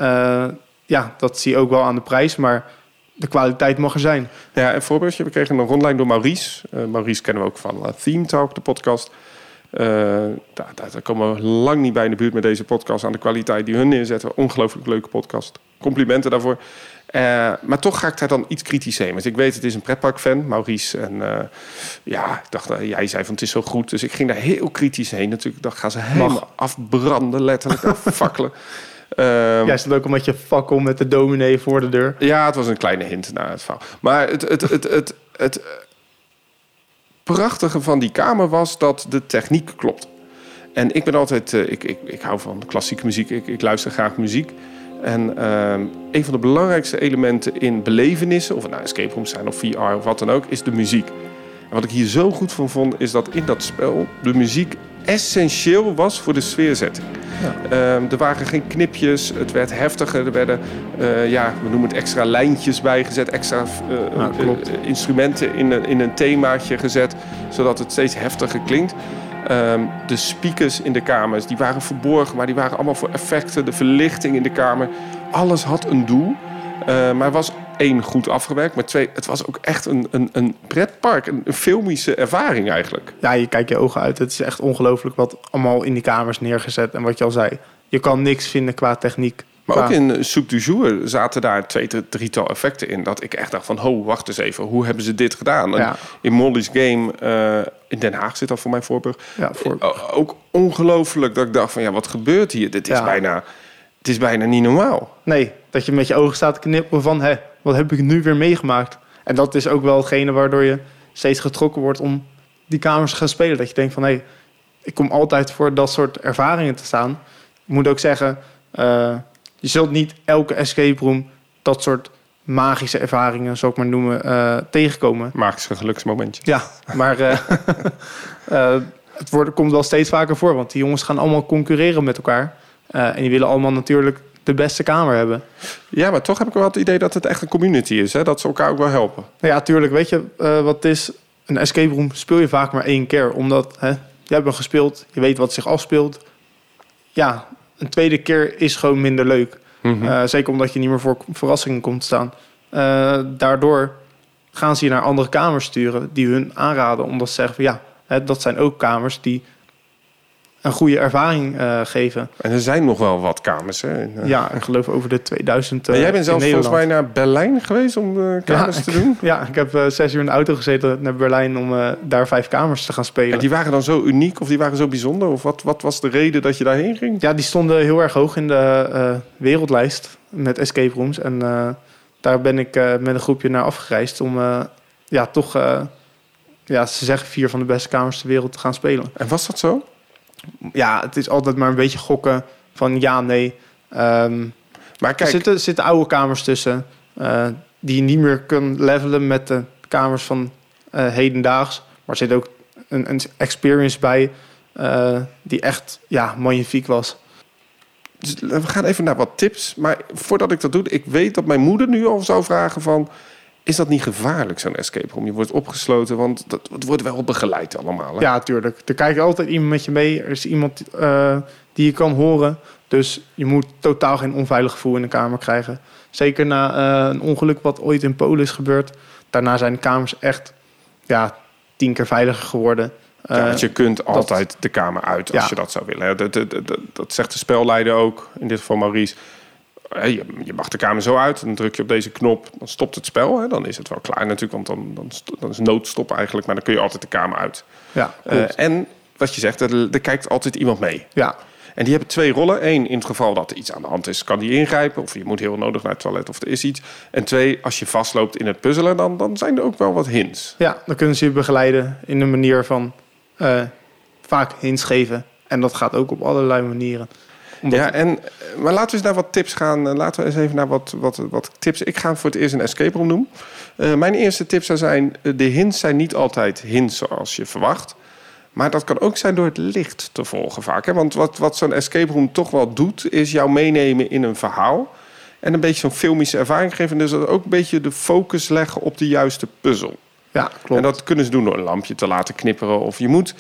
dat zie je ook wel aan de prijs, maar de kwaliteit mag er zijn. Ja, een voorbeeldje. We kregen een rondleiding door Maurice. Maurice kennen we ook van Theme Talk, de podcast. Daar komen we lang niet bij in de buurt met deze podcast aan de kwaliteit die hun neerzetten. Ongelooflijk leuke podcast. Complimenten daarvoor. Maar toch ga ik daar dan iets kritisch heen. Want ik weet, het is een pretparkfan, Maurice. En ik dacht, jij zei van het is zo goed. Dus ik ging daar heel kritisch heen. Natuurlijk, dan gaan ze helemaal afbranden, letterlijk afvakkelen. Jij stond ook al met je fakkel met de dominee voor de deur. Ja, het was een kleine hint naar het verhaal. Maar het prachtige van die kamer was dat de techniek klopt. En ik ben altijd, ik hou van klassieke muziek, ik luister graag muziek. En een van de belangrijkste elementen in belevenissen, of het nou escape rooms zijn of VR of wat dan ook, is de muziek. En wat ik hier zo goed van vond, is dat in dat spel de muziek essentieel was voor de sfeerzetting. Ja. Er waren geen knipjes, het werd heftiger, er werden we noemen het extra lijntjes bijgezet, extra instrumenten in een themaatje gezet, zodat het steeds heftiger klinkt. De speakers in de kamers, die waren verborgen, maar die waren allemaal voor effecten. De verlichting in de kamer, alles had een doel. Maar was 1, goed afgewerkt. Maar 2, het was ook echt een pretpark. Een filmische ervaring eigenlijk. Ja, je kijkt je ogen uit. Het is echt ongelooflijk wat allemaal in die kamers neergezet. En wat je al zei, je kan niks vinden qua techniek. Maar ook in Soup du Jour zaten daar 2-3 effecten in. Dat ik echt dacht van, wacht eens even. Hoe hebben ze dit gedaan? Ja. In Molly's Game in Den Haag zit dat voor mijn voorbeeld. Ja, ook ongelooflijk dat ik dacht van, wat gebeurt hier? Het is bijna niet normaal. Nee, dat je met je ogen staat te knipperen van, wat heb ik nu weer meegemaakt? En dat is ook wel hetgene waardoor je steeds getrokken wordt om die kamers te gaan spelen. Dat je denkt van, ik kom altijd voor dat soort ervaringen te staan. Ik moet ook zeggen, je zult niet elke escape room dat soort magische ervaringen, zou ik maar noemen, tegenkomen. Magische geluksmomentjes. Ja, maar het komt wel steeds vaker voor, want die jongens gaan allemaal concurreren met elkaar. En die willen allemaal natuurlijk de beste kamer hebben. Ja, maar toch heb ik wel het idee dat het echt een community is. Hè? Dat ze elkaar ook wel helpen. Ja, tuurlijk. Weet je wat het is? Een escape room speel je vaak maar 1 keer. Omdat je hebt hem gespeeld, je weet wat zich afspeelt. Ja, een tweede keer is gewoon minder leuk. Mm-hmm. Zeker omdat je niet meer voor verrassingen komt te staan. Daardoor gaan ze je naar andere kamers sturen die hun aanraden. Omdat ze zeggen van dat zijn ook kamers die een goede ervaring geven. En er zijn nog wel wat kamers, hè? Ja, ik geloof over de 2000 jij bent zelfs volgens mij naar Berlijn geweest om kamers te doen? Ja, ik heb 6 uur in de auto gezeten naar Berlijn om daar 5 kamers te gaan spelen. En die waren dan zo uniek of die waren zo bijzonder? Of wat was de reden dat je daarheen ging? Ja, die stonden heel erg hoog in de wereldlijst met escape rooms. En daar ben ik met een groepje naar afgereisd om ze zeggen 4 van de beste kamers ter wereld te gaan spelen. En was dat zo? Ja, het is altijd maar een beetje gokken van ja, nee. Maar kijk, er zitten oude kamers tussen die je niet meer kunt levelen met de kamers van hedendaags. Maar er zit ook een experience bij die echt magnifiek was. Dus we gaan even naar wat tips. Maar voordat ik dat doe, ik weet dat mijn moeder nu al zou vragen van, is dat niet gevaarlijk, zo'n escape room? Je wordt opgesloten, want het wordt wel begeleid allemaal. Hè? Ja, tuurlijk. Er kijkt altijd iemand met je mee. Er is iemand die je kan horen. Dus je moet totaal geen onveilig gevoel in de kamer krijgen. Zeker na een ongeluk wat ooit in Polen is gebeurd. Daarna zijn de kamers echt 10 keer veiliger geworden. Want je kunt altijd de kamer uit als je dat zou willen. Dat zegt de spelleider ook, in dit geval Maurice. Je mag de kamer zo uit, dan druk je op deze knop, dan stopt het spel. Hè? Dan is het wel klaar natuurlijk, want dan is noodstop eigenlijk. Maar dan kun je altijd de kamer uit. Ja, en wat je zegt, er kijkt altijd iemand mee. Ja. En die hebben 2 rollen. 1, in het geval dat er iets aan de hand is, kan die ingrijpen. Of je moet heel nodig naar het toilet of er is iets. En 2, als je vastloopt in het puzzelen, dan zijn er ook wel wat hints. Ja, dan kunnen ze je begeleiden in de manier van vaak hints geven. En dat gaat ook op allerlei manieren. Maar laten we eens naar wat tips gaan. Laten we eens even naar wat tips. Ik ga voor het eerst een escape room doen. Mijn eerste tip zou zijn, de hints zijn niet altijd hints zoals je verwacht. Maar dat kan ook zijn door het licht te volgen vaak. Hè? Want wat zo'n escape room toch wel doet, is jou meenemen in een verhaal. En een beetje zo'n filmische ervaring geven. Dus ook een beetje de focus leggen op de juiste puzzel. Ja, klopt. En dat kunnen ze doen door een lampje te laten knipperen. Of je moet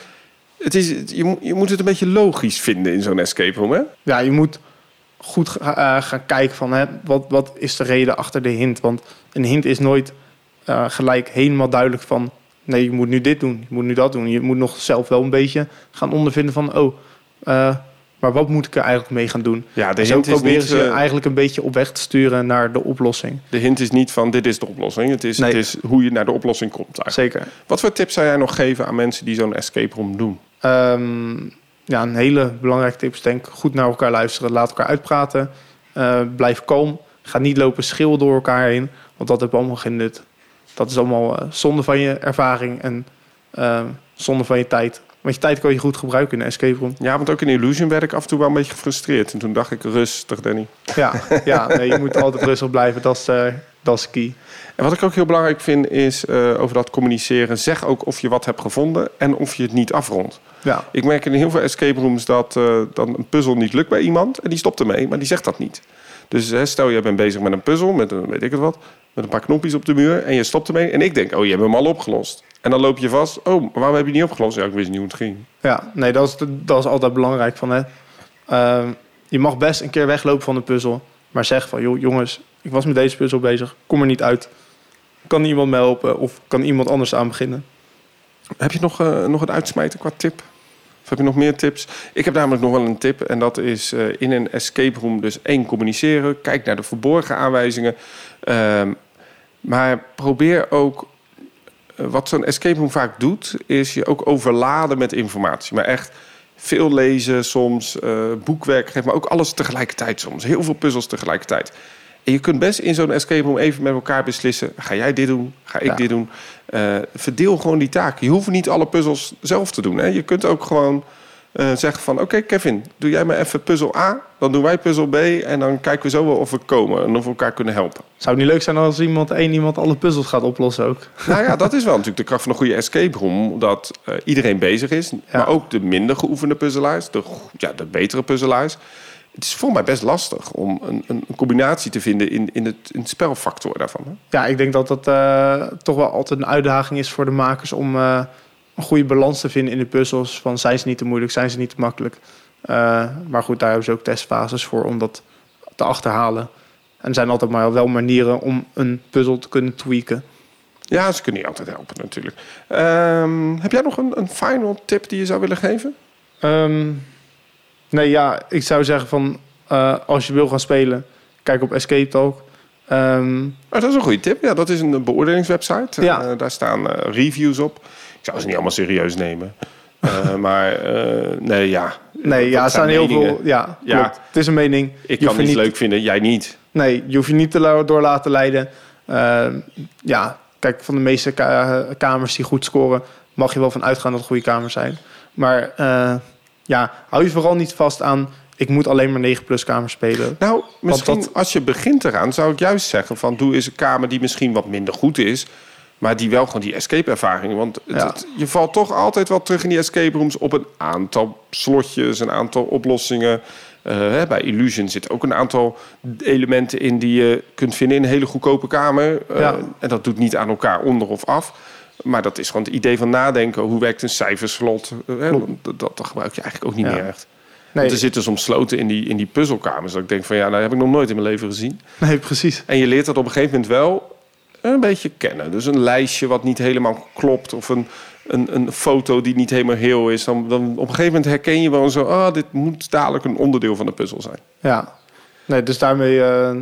het een beetje logisch vinden in zo'n escape room, hè? Ja, je moet goed gaan kijken van wat is de reden achter de hint. Want een hint is nooit gelijk helemaal duidelijk van... nee, je moet nu dit doen, je moet nu dat doen. Je moet nog zelf wel een beetje gaan ondervinden van... maar wat moet ik er eigenlijk mee gaan doen? Ja, de hint hint is proberen niet, ze eigenlijk een beetje op weg te sturen naar de oplossing. De hint is niet van dit is de oplossing. Het is hoe je naar de oplossing komt eigenlijk. Zeker. Wat voor tips zou jij nog geven aan mensen die zo'n escape room doen? Een hele belangrijke tip is denk ik goed naar elkaar luisteren. Laat elkaar uitpraten. Blijf kalm. Ga niet lopen schreeuwen door elkaar heen. Want dat heeft allemaal geen nut. Dat is allemaal zonde van je ervaring en zonde van je tijd. Want je tijd kan je goed gebruiken in een escape room. Ja, want ook in Illusion werd ik af en toe wel een beetje gefrustreerd. En toen dacht ik, rustig Danny. Nee, je moet altijd rustig blijven. Dat is key. En wat ik ook heel belangrijk vind is over dat communiceren. Zeg ook of je wat hebt gevonden en of je het niet afrondt. Ja. Ik merk in heel veel escape rooms dat dan een puzzel niet lukt bij iemand. En die stopt ermee, maar die zegt dat niet. Dus stel je bent bezig met een puzzel, met een paar knopjes op de muur. En je stopt ermee. En ik denk, je hebt hem al opgelost. En dan loop je vast. Maar waarom heb je niet opgelost? Ja, ik wist niet hoe het ging. Ja, nee, dat is altijd belangrijk. Je mag best een keer weglopen van de puzzel. Maar zeg van, jongens, ik was met deze puzzel bezig. Kom er niet uit. Kan iemand me helpen? Of kan iemand anders aan beginnen? Heb je nog een uitsmijter qua tip? Of heb je nog meer tips? Ik heb namelijk nog wel een tip. En dat is in een escape room dus 1, communiceren. Kijk naar de verborgen aanwijzingen. Maar probeer ook... wat zo'n escape room vaak doet, is je ook overladen met informatie. Maar echt veel lezen soms, boekwerk geven, maar ook alles tegelijkertijd soms. Heel veel puzzels tegelijkertijd. En je kunt best in zo'n escape room even met elkaar beslissen... ga jij dit doen? Ga ik dit doen? Verdeel gewoon die taken. Je hoeft niet alle puzzels zelf te doen. Hè? Je kunt ook gewoon zeggen van... oké, Kevin, doe jij maar even puzzel A... dan doen wij puzzel B... en dan kijken we zo wel of we komen... en of we elkaar kunnen helpen. Zou het niet leuk zijn als iemand alle puzzels gaat oplossen ook? Nou ja, dat is wel natuurlijk de kracht van een goede escape room... dat iedereen bezig is, maar ook de minder geoefende puzzelaars... de betere puzzelaars... Het is voor mij best lastig om een combinatie te vinden in het spelfactor daarvan. Hè? Ja, ik denk dat dat toch wel altijd een uitdaging is voor de makers... om een goede balans te vinden in de puzzels. Van zijn ze niet te moeilijk, zijn ze niet te makkelijk. Maar goed, daar hebben ze ook testfases voor om dat te achterhalen. En er zijn altijd maar wel manieren om een puzzel te kunnen tweaken. Ja, ze kunnen je altijd helpen natuurlijk. Heb jij nog een final tip die je zou willen geven? Nee, ja, ik zou zeggen van... als je wil gaan spelen, kijk op Escape Talk. Dat is een goede tip. Ja, dat is een beoordelingswebsite. Ja. Daar staan reviews op. Ik zou ze niet allemaal serieus nemen. Nee, er staan heel veel... Ja, klopt. Het is een mening. Ik kan het niet leuk vinden, jij niet. Nee, je hoeft je niet door laten leiden. Kijk, van de meeste kamers die goed scoren... mag je wel van uitgaan dat het goede kamers zijn. Maar hou je vooral niet vast aan... ik moet alleen maar 9+ kamers spelen. Nou, misschien als je begint eraan... zou ik juist zeggen van... doe eens een kamer die misschien wat minder goed is... maar die wel gewoon die escape-ervaring... want je valt toch altijd wel terug in die escape rooms... op een aantal slotjes, een aantal oplossingen. Bij Illusion zit ook een aantal elementen in... die je kunt vinden in een hele goedkope kamer. En dat doet niet aan elkaar onder of af... Maar dat is gewoon het idee van nadenken. Hoe werkt een cijferslot? Dat gebruik je eigenlijk ook niet meer echt. Want er zitten soms sloten in die puzzelkamers. Dat ik denk van, dat heb ik nog nooit in mijn leven gezien. Nee, precies. En je leert dat op een gegeven moment wel een beetje kennen. Dus een lijstje wat niet helemaal klopt. Of een foto die niet helemaal heel is. Dan op een gegeven moment herken je wel zo... dit moet dadelijk een onderdeel van de puzzel zijn. Ja. Nee, dus daarmee...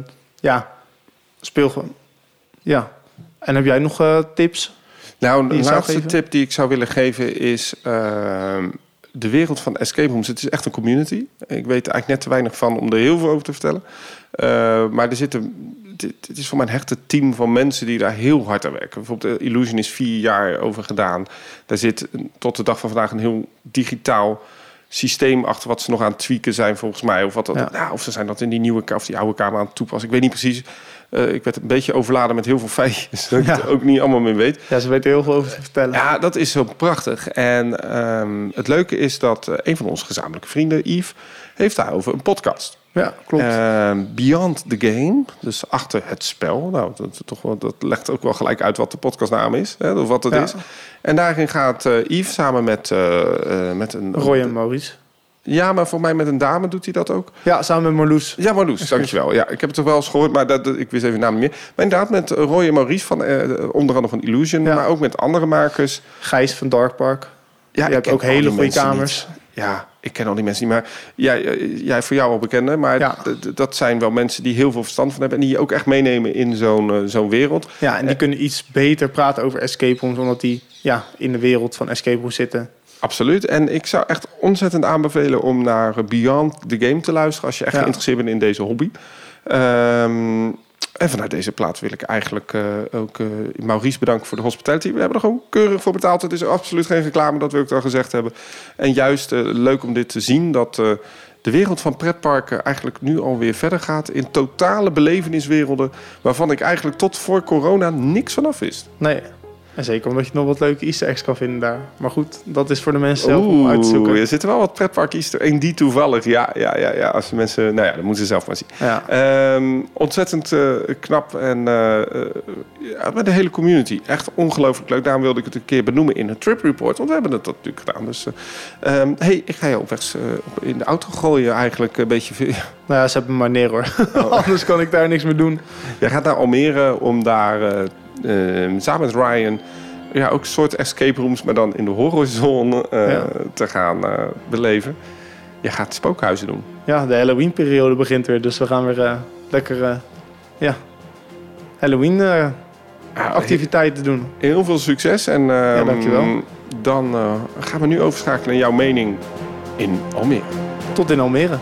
speel gewoon. Ja. En heb jij nog tips? Nou, de laatste tip die ik zou willen geven is... de wereld van escape rooms. Het is echt een community. Ik weet er eigenlijk net te weinig van om er heel veel over te vertellen. Maar het is voor mij een hechte team van mensen die daar heel hard aan werken. Bijvoorbeeld Illusion is 4 jaar over gedaan. Daar zit tot de dag van vandaag een heel digitaal systeem achter wat ze nog aan het tweaken zijn volgens mij. Of ze zijn dat in die nieuwe of die oude kamer aan het toepassen. Ik weet niet precies. Ik werd een beetje overladen met heel veel feitjes. Dat ik het ook niet allemaal meer weet. Ja, ze weten heel veel over te vertellen. Ja, dat is zo prachtig. En het leuke is dat een van onze gezamenlijke vrienden, Yves, heeft daarover een podcast. Ja, klopt. Beyond the Game, dus achter het spel. Nou, dat legt ook wel gelijk uit wat de podcastnaam is, of wat het is. En daarin gaat Yves samen met een... Roy en Maurice. Ja, maar voor mij met een dame doet hij dat ook. Ja, samen met Marloes. Ja, Marloes, dankjewel. Ja, ik heb het toch wel eens gehoord, maar ik wist even de naam niet meer. Maar inderdaad, met Roy en Maurice, van, onder andere van Illusion, maar ook met andere makers. Gijs van Dark Park. Ja, je hebt ook hele goede kamers. Niet. Ja, ik ken al die mensen niet. Maar jij voor jou al bekende. Maar dat zijn wel mensen die heel veel verstand van hebben. En die je ook echt meenemen in zo'n wereld. Ja, en die kunnen iets beter praten over escape rooms. Omdat die in de wereld van escape rooms zitten. Absoluut. En ik zou echt ontzettend aanbevelen om naar Beyond the Game te luisteren. Als je echt geïnteresseerd bent in deze hobby. En vanuit deze plaats wil ik eigenlijk ook Maurice bedanken voor de hospitality. We hebben er gewoon keurig voor betaald. Het is absoluut geen reclame, dat wil ik al gezegd hebben. En juist leuk om dit te zien, dat de wereld van pretparken eigenlijk nu alweer verder gaat in totale beleveniswerelden, waarvan ik eigenlijk tot voor corona niks vanaf wist. Nee. En zeker omdat je nog wat leuke easter eggs kan vinden daar. Maar goed, dat is voor de mensen zelf om uit te zoeken. Er zitten wel wat pretpark easter eggs die toevallig. Ja. Als de mensen... Nou ja, dat moeten ze zelf maar zien. Ja. Ontzettend knap. En met de hele community. Echt ongelooflijk leuk. Daarom wilde ik het een keer benoemen in een trip report. Want we hebben het natuurlijk gedaan. Dus ik ga je op weg in de auto gooien eigenlijk een beetje. Nou ja, ze hebben me maar neer hoor. Anders kan ik daar niks meer doen. Jij gaat naar Almere om daar... samen met Ryan ook een soort escape rooms, maar dan in de horrorzone te gaan beleven. Je gaat spookhuizen doen. Ja, de Halloween-periode begint weer, dus we gaan weer lekker Halloween activiteiten doen. Heel veel succes en dankjewel. Dan gaan we nu overschakelen naar jouw mening in Almere. Tot in Almere.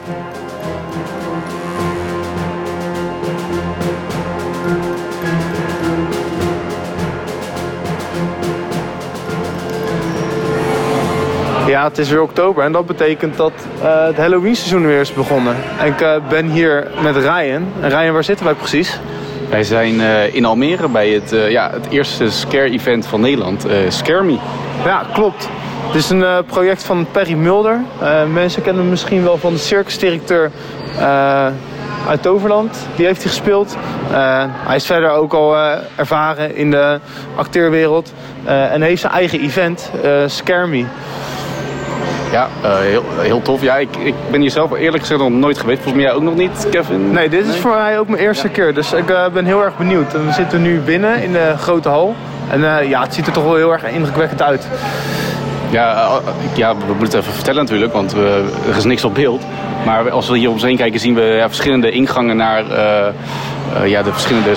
Ja, het is weer oktober en dat betekent dat het Halloween-seizoen weer is begonnen. En ik ben hier met Ryan. En Ryan, waar zitten wij precies? Wij zijn in Almere bij het eerste scare-event van Nederland, Scare Me. Ja, klopt. Het is een project van Perry Mulder. Mensen kennen hem misschien wel van de circusdirecteur uit Toverland. Die heeft hij gespeeld. Hij is verder ook al ervaren in de acteerwereld. En heeft zijn eigen event, Scare Me. Ja, heel tof. Ja, ik ben hier zelf eerlijk gezegd nog nooit geweest. Volgens mij ook nog niet, Kevin? Nee, dit is voor mij ook mijn eerste keer. Dus ik ben heel erg benieuwd. We zitten nu binnen in de grote hal. En het ziet er toch wel heel erg indrukwekkend uit. Ja, we moeten het even vertellen natuurlijk, want er is niks op beeld. Maar als we hier om ons heen kijken, zien we verschillende ingangen naar de verschillende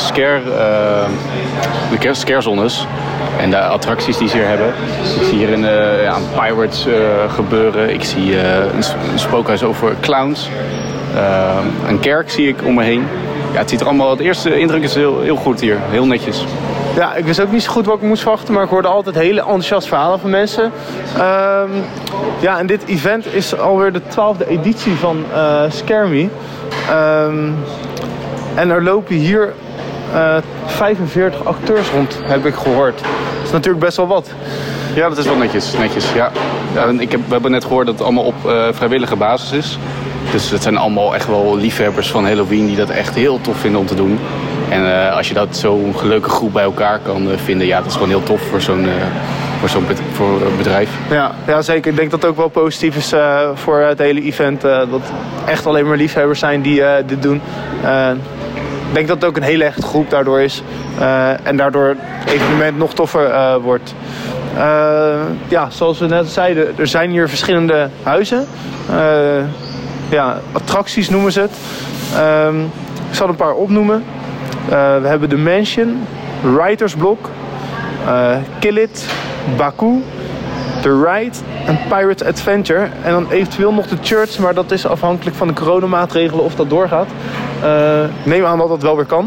scarezones. En de attracties die ze hier hebben. Ik zie hier een Pirates gebeuren. Ik zie een spookhuis over clowns. Een kerk zie ik om me heen. Ja, het ziet er allemaal... De eerste indruk is heel goed hier. Heel netjes. Ja, ik wist ook niet zo goed wat ik moest verwachten, maar ik hoorde altijd hele enthousiaste verhalen van mensen. En dit event is alweer de 12e editie van Scare Me. En er lopen hier 45 acteurs rond, heb ik gehoord. Dat is natuurlijk best wel wat. Ja, dat is wel netjes. Ja. We hebben net gehoord dat het allemaal op vrijwillige basis is. Dus het zijn allemaal echt wel liefhebbers van Halloween die dat echt heel tof vinden om te doen. En als je dat zo'n leuke groep bij elkaar kan vinden, ja, dat is gewoon heel tof voor zo'n bedrijf. Ja, zeker. Ik denk dat het ook wel positief is voor het hele event. Dat echt alleen maar liefhebbers zijn die dit doen. Ik denk dat het ook een hele echte groep daardoor is. En daardoor het evenement nog toffer wordt. Zoals we net zeiden, er zijn hier verschillende huizen. Attracties noemen ze het. Ik zal een paar opnoemen. We hebben de Mansion, Writer's Block, Kill It, Baku, The Ride en Pirates Adventure. En dan eventueel nog de Church, maar dat is afhankelijk van de coronamaatregelen of dat doorgaat. Neem aan dat dat wel weer kan.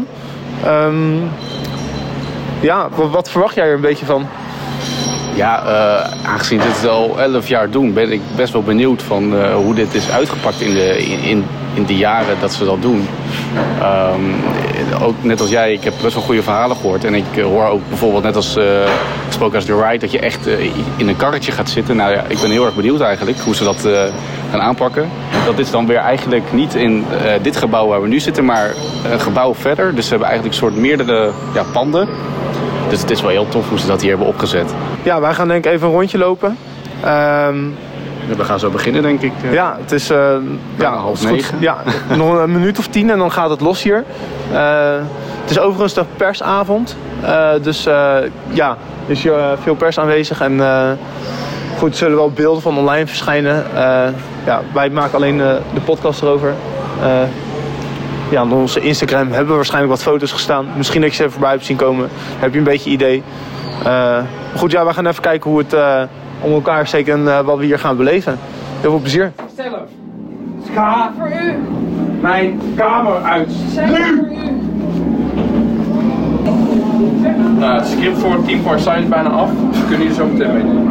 Wat verwacht jij er een beetje van? Ja, aangezien dit het al 11 jaar doen, ben ik best wel benieuwd van hoe dit is uitgepakt in de jaren dat ze dat doen. Ook net als jij, ik heb best wel goede verhalen gehoord. En ik hoor ook bijvoorbeeld net als Spookhuis The Ride dat je echt in een karretje gaat zitten. Nou ja, ik ben heel erg benieuwd eigenlijk hoe ze dat gaan aanpakken. Dat is dan weer eigenlijk niet in dit gebouw waar we nu zitten, maar een gebouw verder. Dus ze hebben eigenlijk een soort meerdere panden. Dus het is wel heel tof hoe ze dat hier hebben opgezet. Ja, wij gaan denk ik even een rondje lopen. We gaan zo beginnen, denk ik. Ja, het is 8:30. Ja, nog een minuut of 10 en dan gaat het los hier. Het is overigens de persavond. Dus er is hier veel pers aanwezig. En goed, er zullen wel beelden van online verschijnen. Wij maken alleen de podcast erover. Op onze Instagram hebben we waarschijnlijk wat foto's gestaan. Misschien dat je ze even voorbij hebt zien komen. Dan heb je een beetje idee. Goed, we gaan even kijken hoe het om elkaar steekt en wat we hier gaan beleven. Heel veel plezier. Zelf. Ga voor u. Mijn kamer uit. Nu! Het script voor Team Farsight is bijna af. Dus we kunnen hier zo meteen mee doen.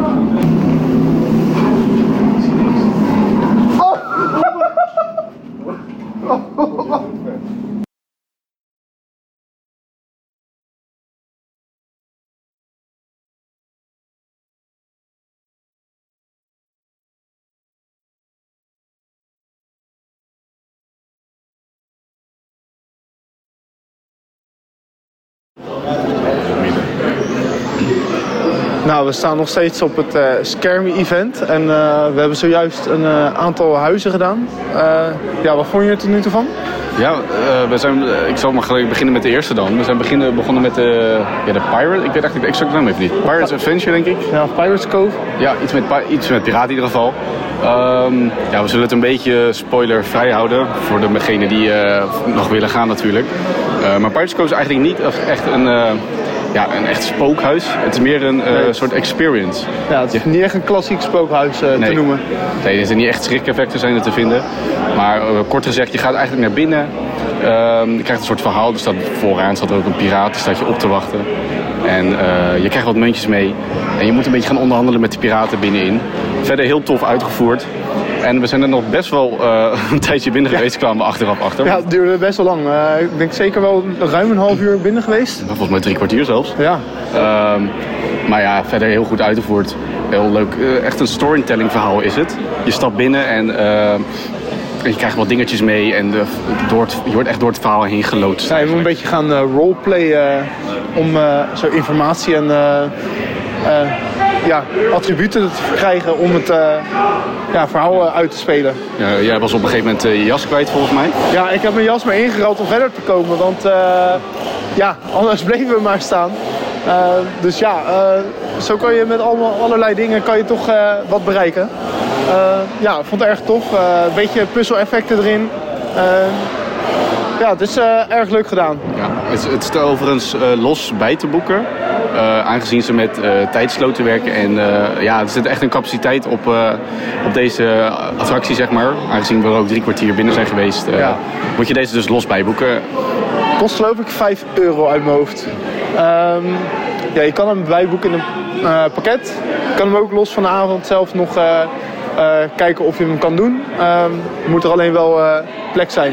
Nou, we staan nog steeds op het Scare Me event en we hebben zojuist een aantal huizen gedaan. Wat vond je er tot nu toe van? Ja, ik zal maar gelijk beginnen met de eerste dan. We zijn begonnen met de Pirate. Ik weet eigenlijk de exacte naam even niet. Pirates Adventure, denk ik. Ja, Pirates Cove. Ja, iets met piraten in ieder geval. We zullen het een beetje spoilervrij houden voor degenen die nog willen gaan natuurlijk. Maar Pirates Cove is eigenlijk niet echt een echt spookhuis. Het is meer een soort experience. Ja, het is niet echt een klassiek spookhuis te noemen. Nee, er zijn niet echt schrikeffecten zijn er te vinden. Maar kort gezegd, je gaat eigenlijk naar binnen. Je krijgt een soort verhaal. Dus vooraan staat er ook een piraat, die staat je op te wachten. En je krijgt wat muntjes mee. En je moet een beetje gaan onderhandelen met de piraten binnenin. Verder heel tof uitgevoerd. En we zijn er nog best wel een tijdje binnen geweest, kwamen we achteraf achter. Ja, het duurde best wel lang. Ik denk zeker wel ruim een half uur binnen geweest. Volgens mij 3 kwartier zelfs. Ja. Maar verder heel goed uitgevoerd. Heel leuk. Echt een storytelling verhaal is het. Je stapt binnen en je krijgt wat dingetjes mee. En je wordt echt door het verhaal heen geloodst. Ja, je moet een beetje gaan roleplayen om zo informatie en attributen te krijgen om het verhaal uit te spelen. Ja, jij was op een gegeven moment je jas kwijt volgens mij. Ja, ik heb mijn jas maar ingeruild om verder te komen, want anders bleven we maar staan. Zo kan je met allerlei dingen kan je toch wat bereiken. Ik vond het erg tof. Een beetje puzzel-effecten erin. Het is erg leuk gedaan. Ja, het is overigens los bij te boeken. Aangezien ze met tijdsloten werken. En er zit echt een capaciteit op deze attractie, zeg maar. Aangezien we er ook 3 kwartier binnen zijn geweest. Moet je deze dus los bijboeken. Kost geloof ik €5 uit mijn hoofd. Je kan hem bijboeken in een pakket. Je kan hem ook los van de avond zelf nog kijken of je hem kan doen. Moet er alleen wel plek zijn.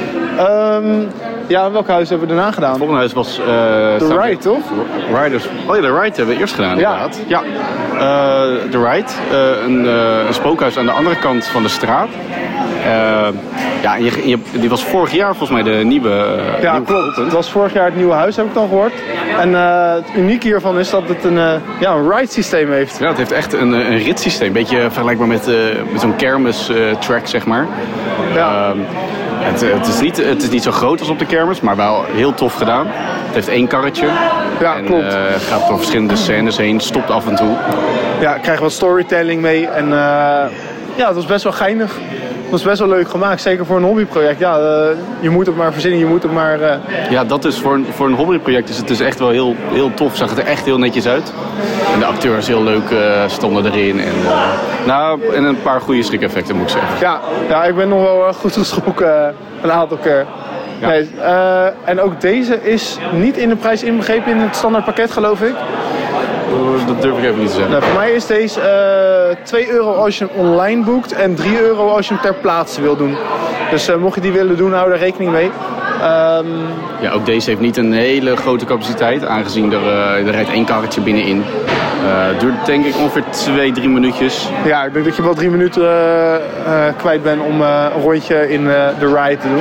Welk huis hebben we daarna gedaan? Het volgende huis was... The Ride, toch? Riders. Oh ja, The Ride hebben we eerst gedaan, inderdaad. Ja. The Ride, een spookhuis aan de andere kant van de straat. Ja, die was vorig jaar volgens mij de nieuwe. Ja, klopt. Geopend. Het was vorig jaar het nieuwe huis, heb ik dan gehoord. En het unieke hiervan is dat het een ride systeem heeft. Ja, het heeft echt een ritssysteem. Een beetje vergelijkbaar met zo'n kermis track, zeg maar. Ja. Het is niet zo groot als op de kermis, maar wel heel tof gedaan. Het heeft 1 karretje. Ja, en, klopt. Gaat door verschillende scènes heen, stopt af en toe. Ja, ik krijg wat storytelling mee. En het was best wel geinig. Het was best wel leuk gemaakt, zeker voor een hobbyproject. Ja, je moet het maar verzinnen, je moet het maar... Ja, dat is voor een hobbyproject is het dus echt wel heel tof. Zag het er echt heel netjes uit. En de acteurs heel leuk stonden erin. En een paar goede schrik-effecten, moet ik zeggen. Ja, ik ben nog wel goed geschrokken een aantal keer. Ja. Nee, en ook deze is niet in de prijs inbegrepen in het standaard pakket, geloof ik. Dat durf ik even niet te zeggen. Nou, voor mij is deze €2 als je hem online boekt en €3 als je hem ter plaatse wil doen. Dus mocht je die willen doen, hou daar rekening mee. Ja, ook deze heeft niet een hele grote capaciteit, aangezien er rijdt 1 karretje binnenin. Duurt denk ik ongeveer 2-3 minuutjes. Ja, ik denk dat je wel 3 minuten kwijt bent om een rondje in de ride te doen.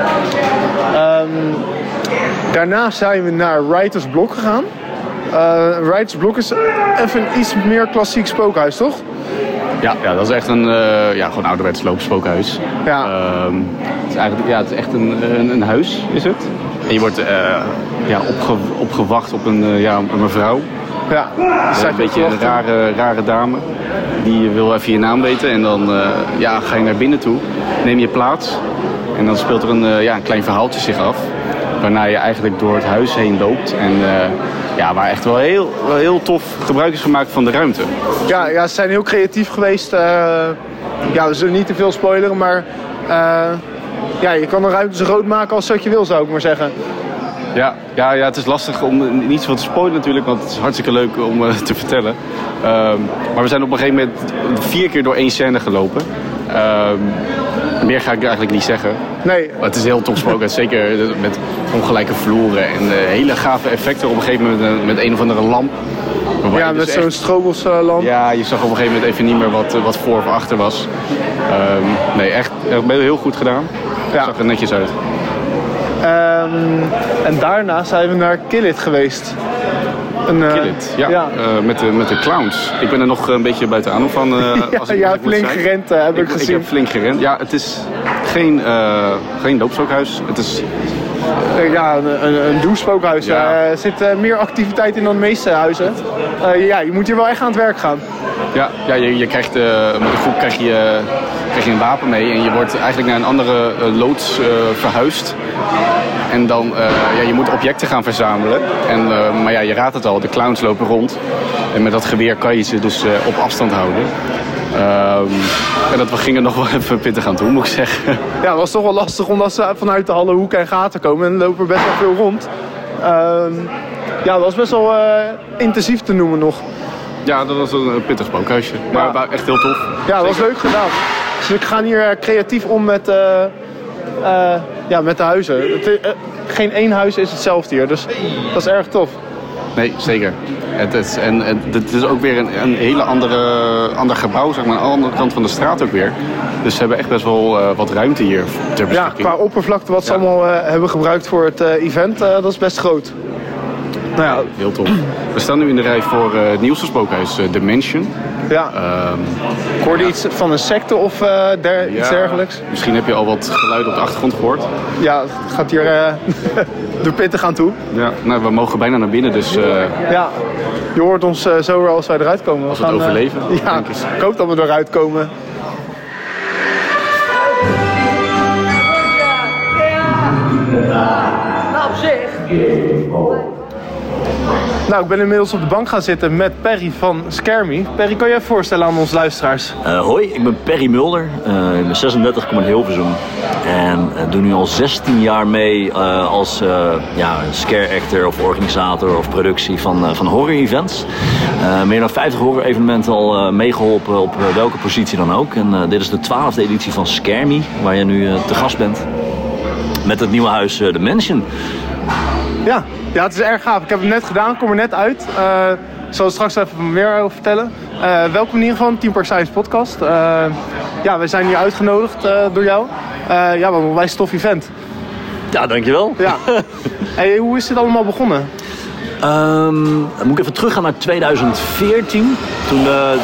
Daarna zijn we naar Writers Block gegaan. Writers Block is even een iets meer klassiek spookhuis, toch? Ja, dat is echt een gewoon ouderwets loopspookhuis. Ja. Het is echt een huis, is het. En je wordt opgewacht op een mevrouw. Ja. Een beetje een rare dame. Die wil even je naam weten. En dan ga je naar binnen toe. Neem je plaats. En dan speelt er een klein verhaaltje zich af. Waarna je eigenlijk door het huis heen loopt. En waar echt wel heel tof gebruik is gemaakt van de ruimte. Ja, ze zijn heel creatief geweest. We zullen niet te veel spoileren, maar je kan de ruimte zo groot maken als wat je wil, zou ik maar zeggen. Ja, het is lastig om niet zoveel te spoilen natuurlijk, want het is hartstikke leuk om te vertellen. Maar we zijn op een gegeven moment 4 keer door 1 scène gelopen. Meer ga ik eigenlijk niet zeggen. Nee. Maar het is heel tof spookhuis, zeker met ongelijke vloeren en hele gave effecten. Op een gegeven moment met een of andere lamp. Ja, met zo'n strobelslamp. Ja, je zag op een gegeven moment even niet meer wat voor of achter was. Echt heel goed gedaan. Het zag er netjes uit. En daarna zijn we naar Kill It geweest. Kill It, met de clowns. Ik ben er nog een beetje buitenaan van. Flink gerend heb ik gezien. Ik heb flink gerend. Ja, het is geen loopspookhuis. Het is... een douchespookhuis. Er zit meer activiteit in dan de meeste huizen. Je moet hier wel echt aan het werk gaan. Ja, je krijgt met de groep krijg je een wapen mee en je wordt eigenlijk naar een andere loods verhuisd. En dan, je moet objecten gaan verzamelen. Maar je raadt het al, de clowns lopen rond. En met dat geweer kan je ze dus op afstand houden. En we gingen nog wel even pittig aan toe, moet ik zeggen. Ja, het was toch wel lastig omdat ze vanuit de hallen hoeken en gaten komen. En lopen best wel veel rond. Dat was best wel intensief te noemen nog. Ja, dat was een pittig spookhuisje. Maar echt heel tof. Ja, dat was leuk gedaan. Dus we gaan hier creatief om met de huizen. Geen één huis is hetzelfde hier, dus dat is erg tof. Nee, zeker. Het is ook weer een hele ander gebouw, zeg maar, aan de andere kant van de straat ook weer. Dus ze hebben echt best wel wat ruimte hier ter beschikking. Ja, qua oppervlakte wat ze allemaal hebben gebruikt voor het event, dat is best groot. Nou ja, heel tof. We staan nu in de rij voor het nieuwste spookhuis, The Mansion. Ja. Ik hoorde iets van een secte of iets dergelijks. Misschien heb je al wat geluiden op de achtergrond gehoord. Ja, het gaat hier de pittig aan toe. Ja, nou, we mogen bijna naar binnen, dus... Ja, je hoort ons zo weer als wij eruit komen. Als we het overleven, denk ik hoop dat we eruit komen. Nou, op zich. Nou, ik ben inmiddels op de bank gaan zitten met Perry van Scare Me. Perry, kan je even voorstellen aan onze luisteraars? Hoi, ik ben Perry Mulder. Ik ben 36, kom uit Hilversum. En doe nu al 16 jaar mee als scare actor of organisator of productie van horror events. Meer dan 50 horror evenementen al meegeholpen op welke positie dan ook. En dit is de 12e editie van Scare Me, waar je nu te gast bent. Met het nieuwe huis The Mansion. Ja, het is erg gaaf. Ik heb het net gedaan, kom er net uit. Ik zal er straks even meer over vertellen. Welkom in ieder geval, Team Park Science podcast. Ja, we zijn hier uitgenodigd door jou. Ja, wat een onwijs tof event. Ja, dankjewel. Ja. Hey, hoe is dit allemaal begonnen? Dan moet ik even teruggaan naar 2014. Toen,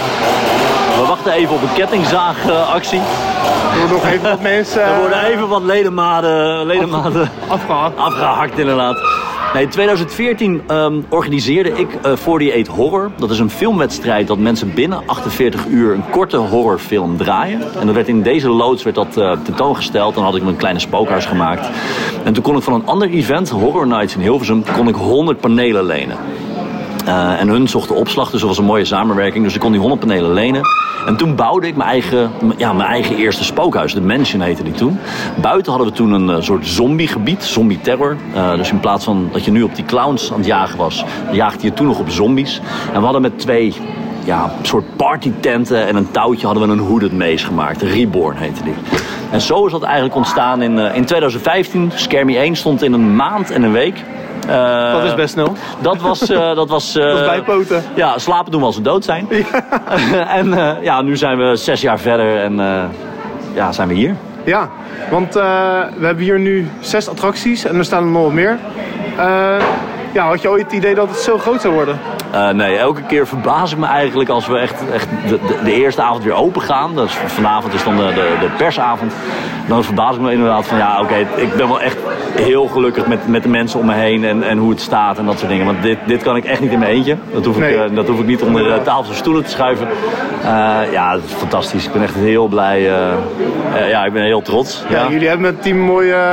we wachten even op een kettingzaagactie. Er worden nog even wat mensen... Er worden even wat ledematen afgehakt inderdaad. Nee, in 2014 organiseerde ik 48 Horror. Dat is een filmwedstrijd dat mensen binnen 48 uur een korte horrorfilm draaien. En dat werd in deze loods tentoongesteld. Dan had ik een kleine spookhuis gemaakt. En toen kon ik van een ander event, Horror Nights in Hilversum, kon ik 100 panelen lenen. En hun zochten opslag, dus dat was een mooie samenwerking. Dus ik kon die 100 panelen lenen. En toen bouwde ik mijn eigen eerste spookhuis. De Mansion heette die toen. Buiten hadden we toen een soort zombiegebied, zombie terror. Dus in plaats van dat je nu op die clowns aan het jagen was, jaagde je toen nog op zombies. En we hadden met 2 soort partytenten en een touwtje hadden we een hooded maze gemaakt. Reborn heette die. En zo is dat eigenlijk ontstaan in 2015. Scare Me 1 stond in een maand en een week. Dat is best snel. Dat was bijpoten. Ja, slapen doen we als we dood zijn. Ja. En nu zijn we 6 jaar verder en zijn we hier. Ja, want we hebben hier nu 6 attracties en er staan er nog wat meer. Had je ooit het idee dat het zo groot zou worden? Nee, elke keer verbaas ik me eigenlijk als we echt de eerste avond weer open gaan. Dus vanavond is dan de persavond. Dan verbaas ik me inderdaad van ik ben wel echt heel gelukkig met de mensen om me heen en hoe het staat en dat soort dingen. Want dit kan ik echt niet in mijn eentje. Dat hoef ik niet onder tafels en stoelen te schuiven. Het is fantastisch. Ik ben echt heel blij. Ik ben heel trots. Ja, jullie hebben met het team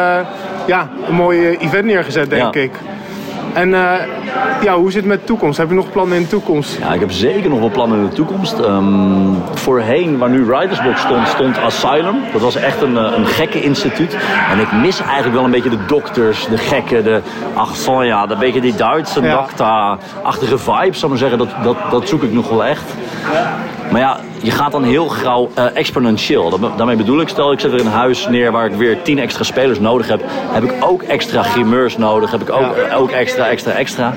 een mooi event neergezet, denk ik. En hoe zit het met de toekomst? Heb je nog plannen in de toekomst? Ja, ik heb zeker nog wel plannen in de toekomst. Voorheen, waar nu Writers Block stond Asylum. Dat was echt een gekken-instituut. En ik mis eigenlijk wel een beetje de dokters, de gekken, een beetje die Duitse dokter-achtige vibes, zou ik maar zeggen. Dat zoek ik nog wel echt. Maar ja, je gaat dan heel gauw exponentieel. Daarmee bedoel ik, stel ik zet er een huis neer waar ik weer 10 extra spelers nodig heb. Heb ik ook extra grimeurs nodig. Heb ik ook extra.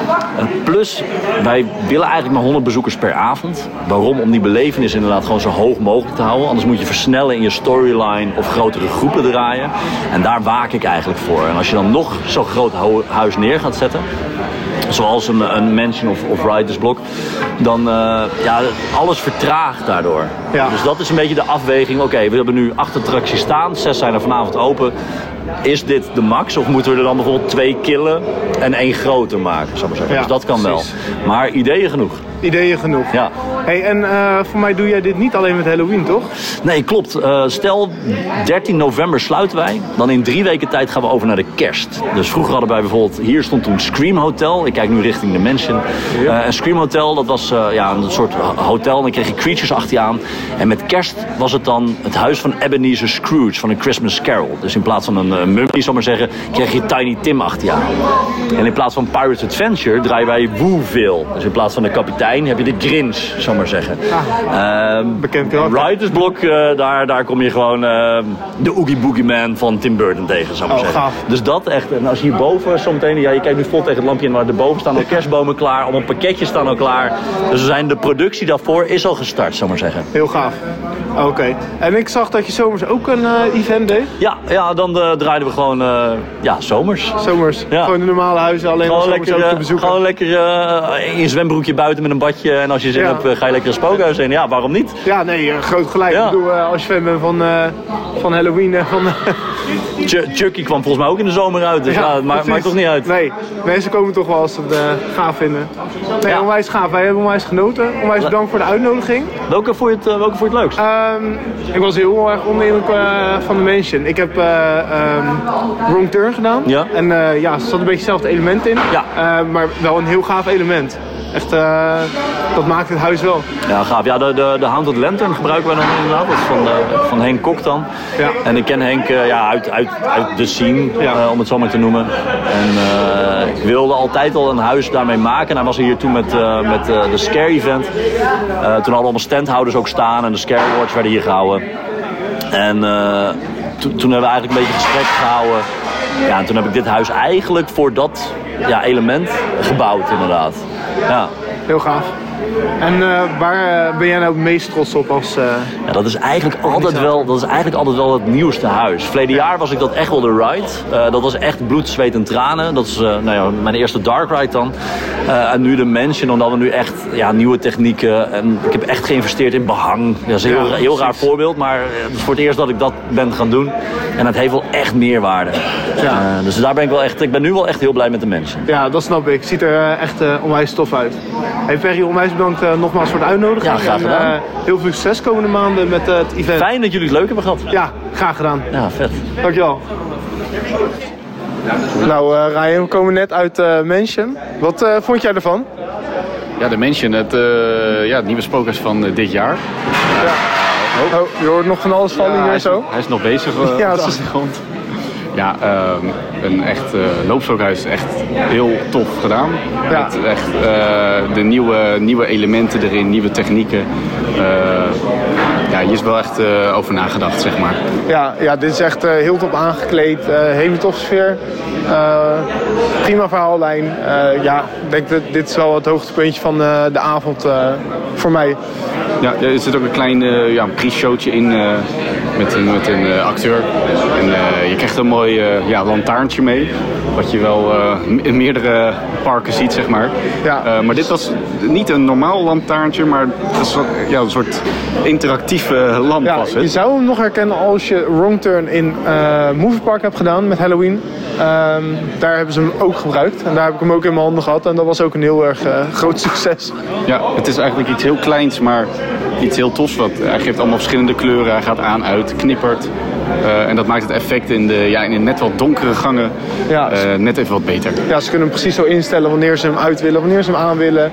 Plus, wij willen eigenlijk maar 100 bezoekers per avond. Waarom? Om die belevenis inderdaad gewoon zo hoog mogelijk te houden. Anders moet je versnellen in je storyline of grotere groepen draaien. En daar waak ik eigenlijk voor. En als je dan nog zo'n groot huis neer gaat zetten, zoals een Mansion of Writers Block, dan alles vertraagt daardoor. Ja. Dus dat is een beetje de afweging. Oké, we hebben nu 8 attracties staan, 6 zijn er vanavond open. Is dit de max of moeten we er dan bijvoorbeeld 2 killen en 1 groter maken? Zou ik maar zeggen. Dus dat kan precies wel. Maar ideeën genoeg. Ideeën genoeg. Ja. Hey, en voor mij doe jij dit niet alleen met Halloween, toch? Nee, klopt. Stel, 13 november sluiten wij. Dan in 3 weken tijd gaan we over naar de kerst. Dus vroeger hadden wij bijvoorbeeld, hier stond toen Scream Hotel. Ik kijk nu richting de Mansion. En Scream Hotel, dat was een soort hotel. En dan kreeg je creatures achter je aan. En met kerst was het dan het huis van Ebenezer Scrooge van een Christmas Carol. Dus in plaats van een mummie, zal maar zeggen, kreeg je Tiny Tim achter je aan. En in plaats van Pirates Adventure draaien wij Wooville. Dus in plaats van de kapitein heb je de Grinch, zal maar zeggen. Bekend karakter. Writers Block, daar kom je gewoon de Oogie Boogie Man van Tim Burton tegen, zal maar zeggen. Gaaf. Dus dat echt. En als hierboven zometeen, je kijkt nu vol tegen het lampje in, maar erboven staan al kerstbomen klaar, allemaal pakketjes staan al klaar. Dus de productie daarvoor is al gestart, zal maar zeggen. Heel gaaf. Oké. En ik zag dat je zomers ook een event deed. Ja, dan draaiden we gewoon zomers. Zomers. Ja. Gewoon de normale huizen, alleen maar zomers ook te bezoeken. Gewoon lekker in je zwembroekje buiten met een badje. En als je zin hebt, ga je lekker een spookhuis in. Ja, waarom niet? Ja, nee, groot gelijk. Ja. Ik bedoel, als je fan bent van Halloween. Chucky kwam volgens mij ook in de zomer uit. Dus het maakt toch niet uit. Nee, mensen komen toch wel als ze het gaaf vinden. Nee, onwijs gaaf. Wij hebben onwijs genoten. Onwijs bedankt voor de uitnodiging. Welke vond je het leukst? Ik was heel erg onder de indruk van de Mansion. Ik heb Wrong Turn gedaan. Ja. En er zat een beetje hetzelfde element in. Ja. Maar wel een heel gaaf element. Echt, dat maakt het huis wel. Ja, gaaf. Ja, de Haunted Lantern gebruiken wij dan inderdaad. Dat is van Henk Kok dan. Ja. En ik ken Henk uit de scene, om het zo maar te noemen. En ik wilde altijd al een huis daarmee maken. En hij was hier toen met de Scare Event. Toen hadden allemaal standhouders ook staan. En de Scare Awards werden hier gehouden. En toen hebben we eigenlijk een beetje gesprek gehouden. Ja, en toen heb ik dit huis eigenlijk voor dat element gebouwd, inderdaad. Ja. Heel gaaf. En waar ben jij nou het meest trots op als... Ja, dat is eigenlijk altijd wel het nieuwste huis. Verleden jaar was ik dat echt wel de ride. Dat was echt bloed, zweet en tranen. Dat is mijn eerste dark ride dan. En nu de Mansion, omdat we nu echt nieuwe technieken... En ik heb echt geïnvesteerd in behang. Dat is een heel raar voorbeeld, maar het is voor het eerst dat ik dat ben gaan doen. En het heeft wel echt meerwaarde. Ja. Dus daar ben ik ben nu wel echt heel blij met de Mansion. Ja, dat snap ik. Het ziet er echt onwijs tof uit. Hey Perry, onwijs bedankt nogmaals voor de uitnodiging. Ja, graag gedaan. En, heel veel succes komende maanden met het event. Fijn dat jullie het leuk hebben gehad. Ja, graag gedaan. Ja, vet. Dankjewel. Nou, Ryan, we komen net uit Mansion. Wat vond jij ervan? Ja, de Mansion, het nieuwe spookhuis van dit jaar. Oh, je hoort nog van alles vallen hier zo? Hij is nog bezig op de achtergrond. Ja, een echt loopspookhuis, echt heel tof gedaan. Ja. Met echt de nieuwe elementen erin, nieuwe technieken. Hier is wel echt over nagedacht, zeg maar. Ja, dit is echt heel top aangekleed, hele tof sfeer. Prima verhaallijn. Ik denk dat dit is wel het hoogtepuntje van de avond voor mij. Ja, er zit ook een klein pre-showtje in met een acteur. En je krijgt een mooi lantaarntje mee. Wat je wel in meerdere parken ziet, zeg maar. Ja. Maar dit was niet een normaal lantaarntje, maar een soort interactieve lamp was het. Je zou hem nog herkennen als je Wrong Turn in Movie Park hebt gedaan met Halloween. Daar hebben ze hem ook gebruikt. En daar heb ik hem ook in mijn handen gehad. En dat was ook een heel erg groot succes. Ja, het is eigenlijk iets heel kleins, maar iets heel tofs. Hij geeft allemaal verschillende kleuren. Hij gaat aan, uit, knippert. En dat maakt het effect in de net wat donkere gangen net even wat beter. Ja, ze kunnen hem precies zo instellen wanneer ze hem uit willen, wanneer ze hem aan willen.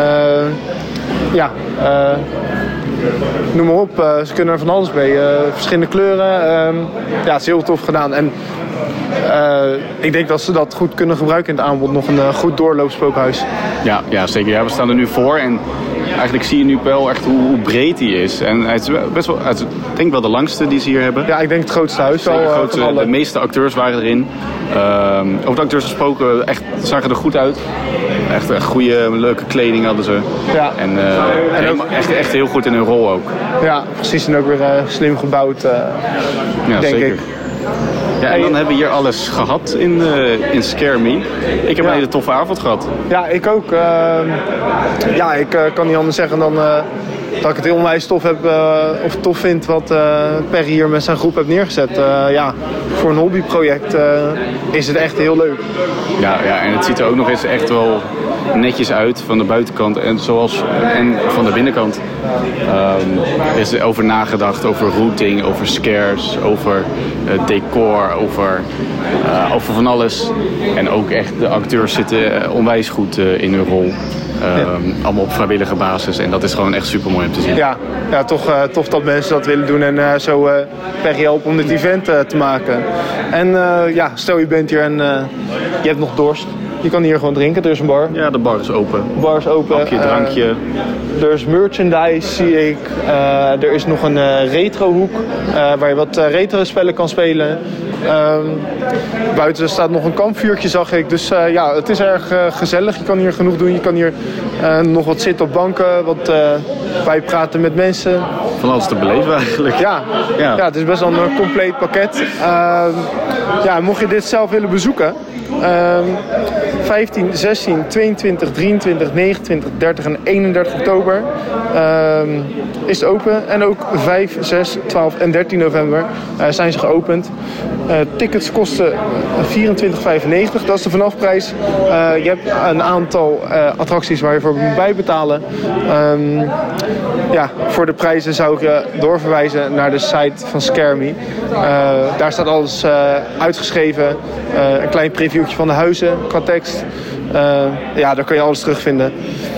Noem maar op. Ze kunnen er van alles mee. Verschillende kleuren. Het is heel tof gedaan. En ik denk dat ze dat goed kunnen gebruiken in het aanbod. Nog een goed doorloopspookhuis. Ja, zeker. Ja, we staan er nu voor en eigenlijk zie je nu wel echt hoe breed hij is. En hij is best wel, ik denk wel de langste die ze hier hebben. Ja, ik denk het grootste huis. De meeste acteurs waren erin. Over de acteurs gesproken, zagen er goed uit. Echt een goede, leuke kleding hadden ze. Ja. En ook echt heel goed in hun rol ook. Ja, precies. En ook weer slim gebouwd, denk zeker. ik. Ja, en dan hebben we hier alles gehad in Scare Me. Ik heb een hele toffe avond gehad. Ja, ik ook. Ik kan niet anders zeggen dan dat ik het heel onwijs tof heb of tof vind wat Perry hier met zijn groep heeft neergezet. Voor een hobbyproject is het echt heel leuk. Ja, en het ziet er ook nog eens echt wel netjes uit van de buitenkant en van de binnenkant. Er is over nagedacht, over routing, over scares, over decor, over van alles. En ook echt de acteurs zitten onwijs goed in hun rol. Allemaal op vrijwillige basis en dat is gewoon echt super mooi om te zien. Ja, toch tof dat mensen dat willen doen en zo Perry helpen om dit event te maken. En stel je bent hier en je hebt nog dorst. Je kan hier gewoon drinken, er is een bar. Ja, de bar is open. De bar is open. Bakje, drankje. Er is merchandise, zie ik. Er is nog een retrohoek waar je wat retro spellen kan spelen. Buiten staat nog een kampvuurtje, zag ik. Dus het is erg gezellig. Je kan hier genoeg doen. Je kan hier nog wat zitten op banken, wat bijpraten met mensen. Van alles te beleven eigenlijk. Ja, het is best wel een compleet pakket. Mocht je dit zelf willen bezoeken... 15, 16, 22, 23, 29, 30 en 31 oktober is het open. En ook 5, 6, 12 en 13 november zijn ze geopend. Tickets kosten €24,95. Dat is de vanafprijs. Je hebt een aantal attracties waar je voor moet bijbetalen. Voor de prijzen zou ik je doorverwijzen naar de site van Scare Me. Daar staat alles uitgeschreven. Een klein previewtje van de huizen qua tekst. Daar kan je alles terugvinden.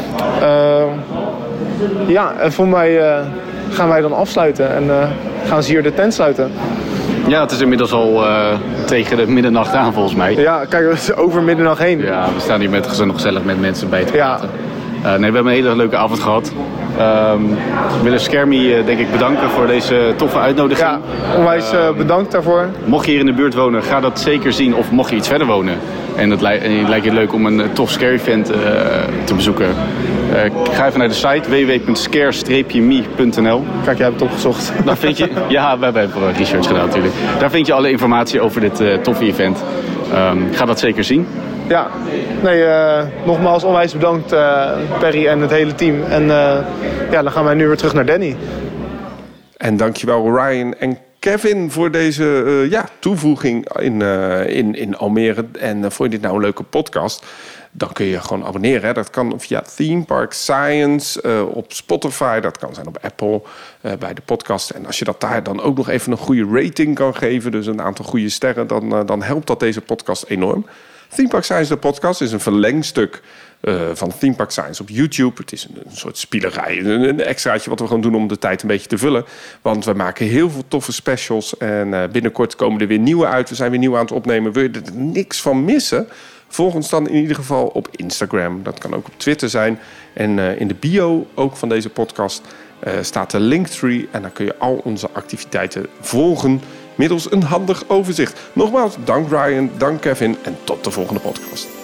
En voor mij gaan wij dan afsluiten en gaan ze hier de tent sluiten. Ja, het is inmiddels al tegen de middernacht aan volgens mij. Ja, kijk, het is over middernacht heen. Ja, we staan hier nog gezellig met mensen bij te praten. We hebben een hele leuke avond gehad. We willen Scare Me denk ik bedanken voor deze toffe uitnodiging. Ja, onwijs bedankt daarvoor. Mocht je hier in de buurt wonen, ga dat zeker zien. Of mocht je iets verder wonen en het lijkt je leuk om een tof Scare Event te bezoeken. Ga even naar de site www.scare-me.nl. Kijk, jij hebt het opgezocht. Daar vind je, ja, we hebben research gedaan natuurlijk. Daar vind je alle informatie over dit toffe event. Ga dat zeker zien. Ja, nee, nogmaals onwijs bedankt Perry en het hele team. En dan gaan wij nu weer terug naar Danny. En dankjewel Ryan en Kevin voor deze toevoeging in Almere. En vond je dit nou een leuke podcast? Dan kun je gewoon abonneren. Hè. Dat kan via Theme Park Science op Spotify. Dat kan zijn op Apple bij de podcast. En als je dat daar dan ook nog even een goede rating kan geven, dus een aantal goede sterren, dan helpt dat deze podcast enorm. Theme Park Science, de podcast, is een verlengstuk van Theme Park Science op YouTube. Het is een soort spielerij, een extraatje wat we gewoon doen om de tijd een beetje te vullen. Want we maken heel veel toffe specials en binnenkort komen er weer nieuwe uit. We zijn weer nieuw aan het opnemen. Wil je er niks van missen? Volg ons dan in ieder geval op Instagram. Dat kan ook op Twitter zijn. En in de bio ook van deze podcast staat de Linktree. En dan kun je al onze activiteiten volgen middels een handig overzicht. Nogmaals, dank Ryan, dank Kevin en tot de volgende podcast.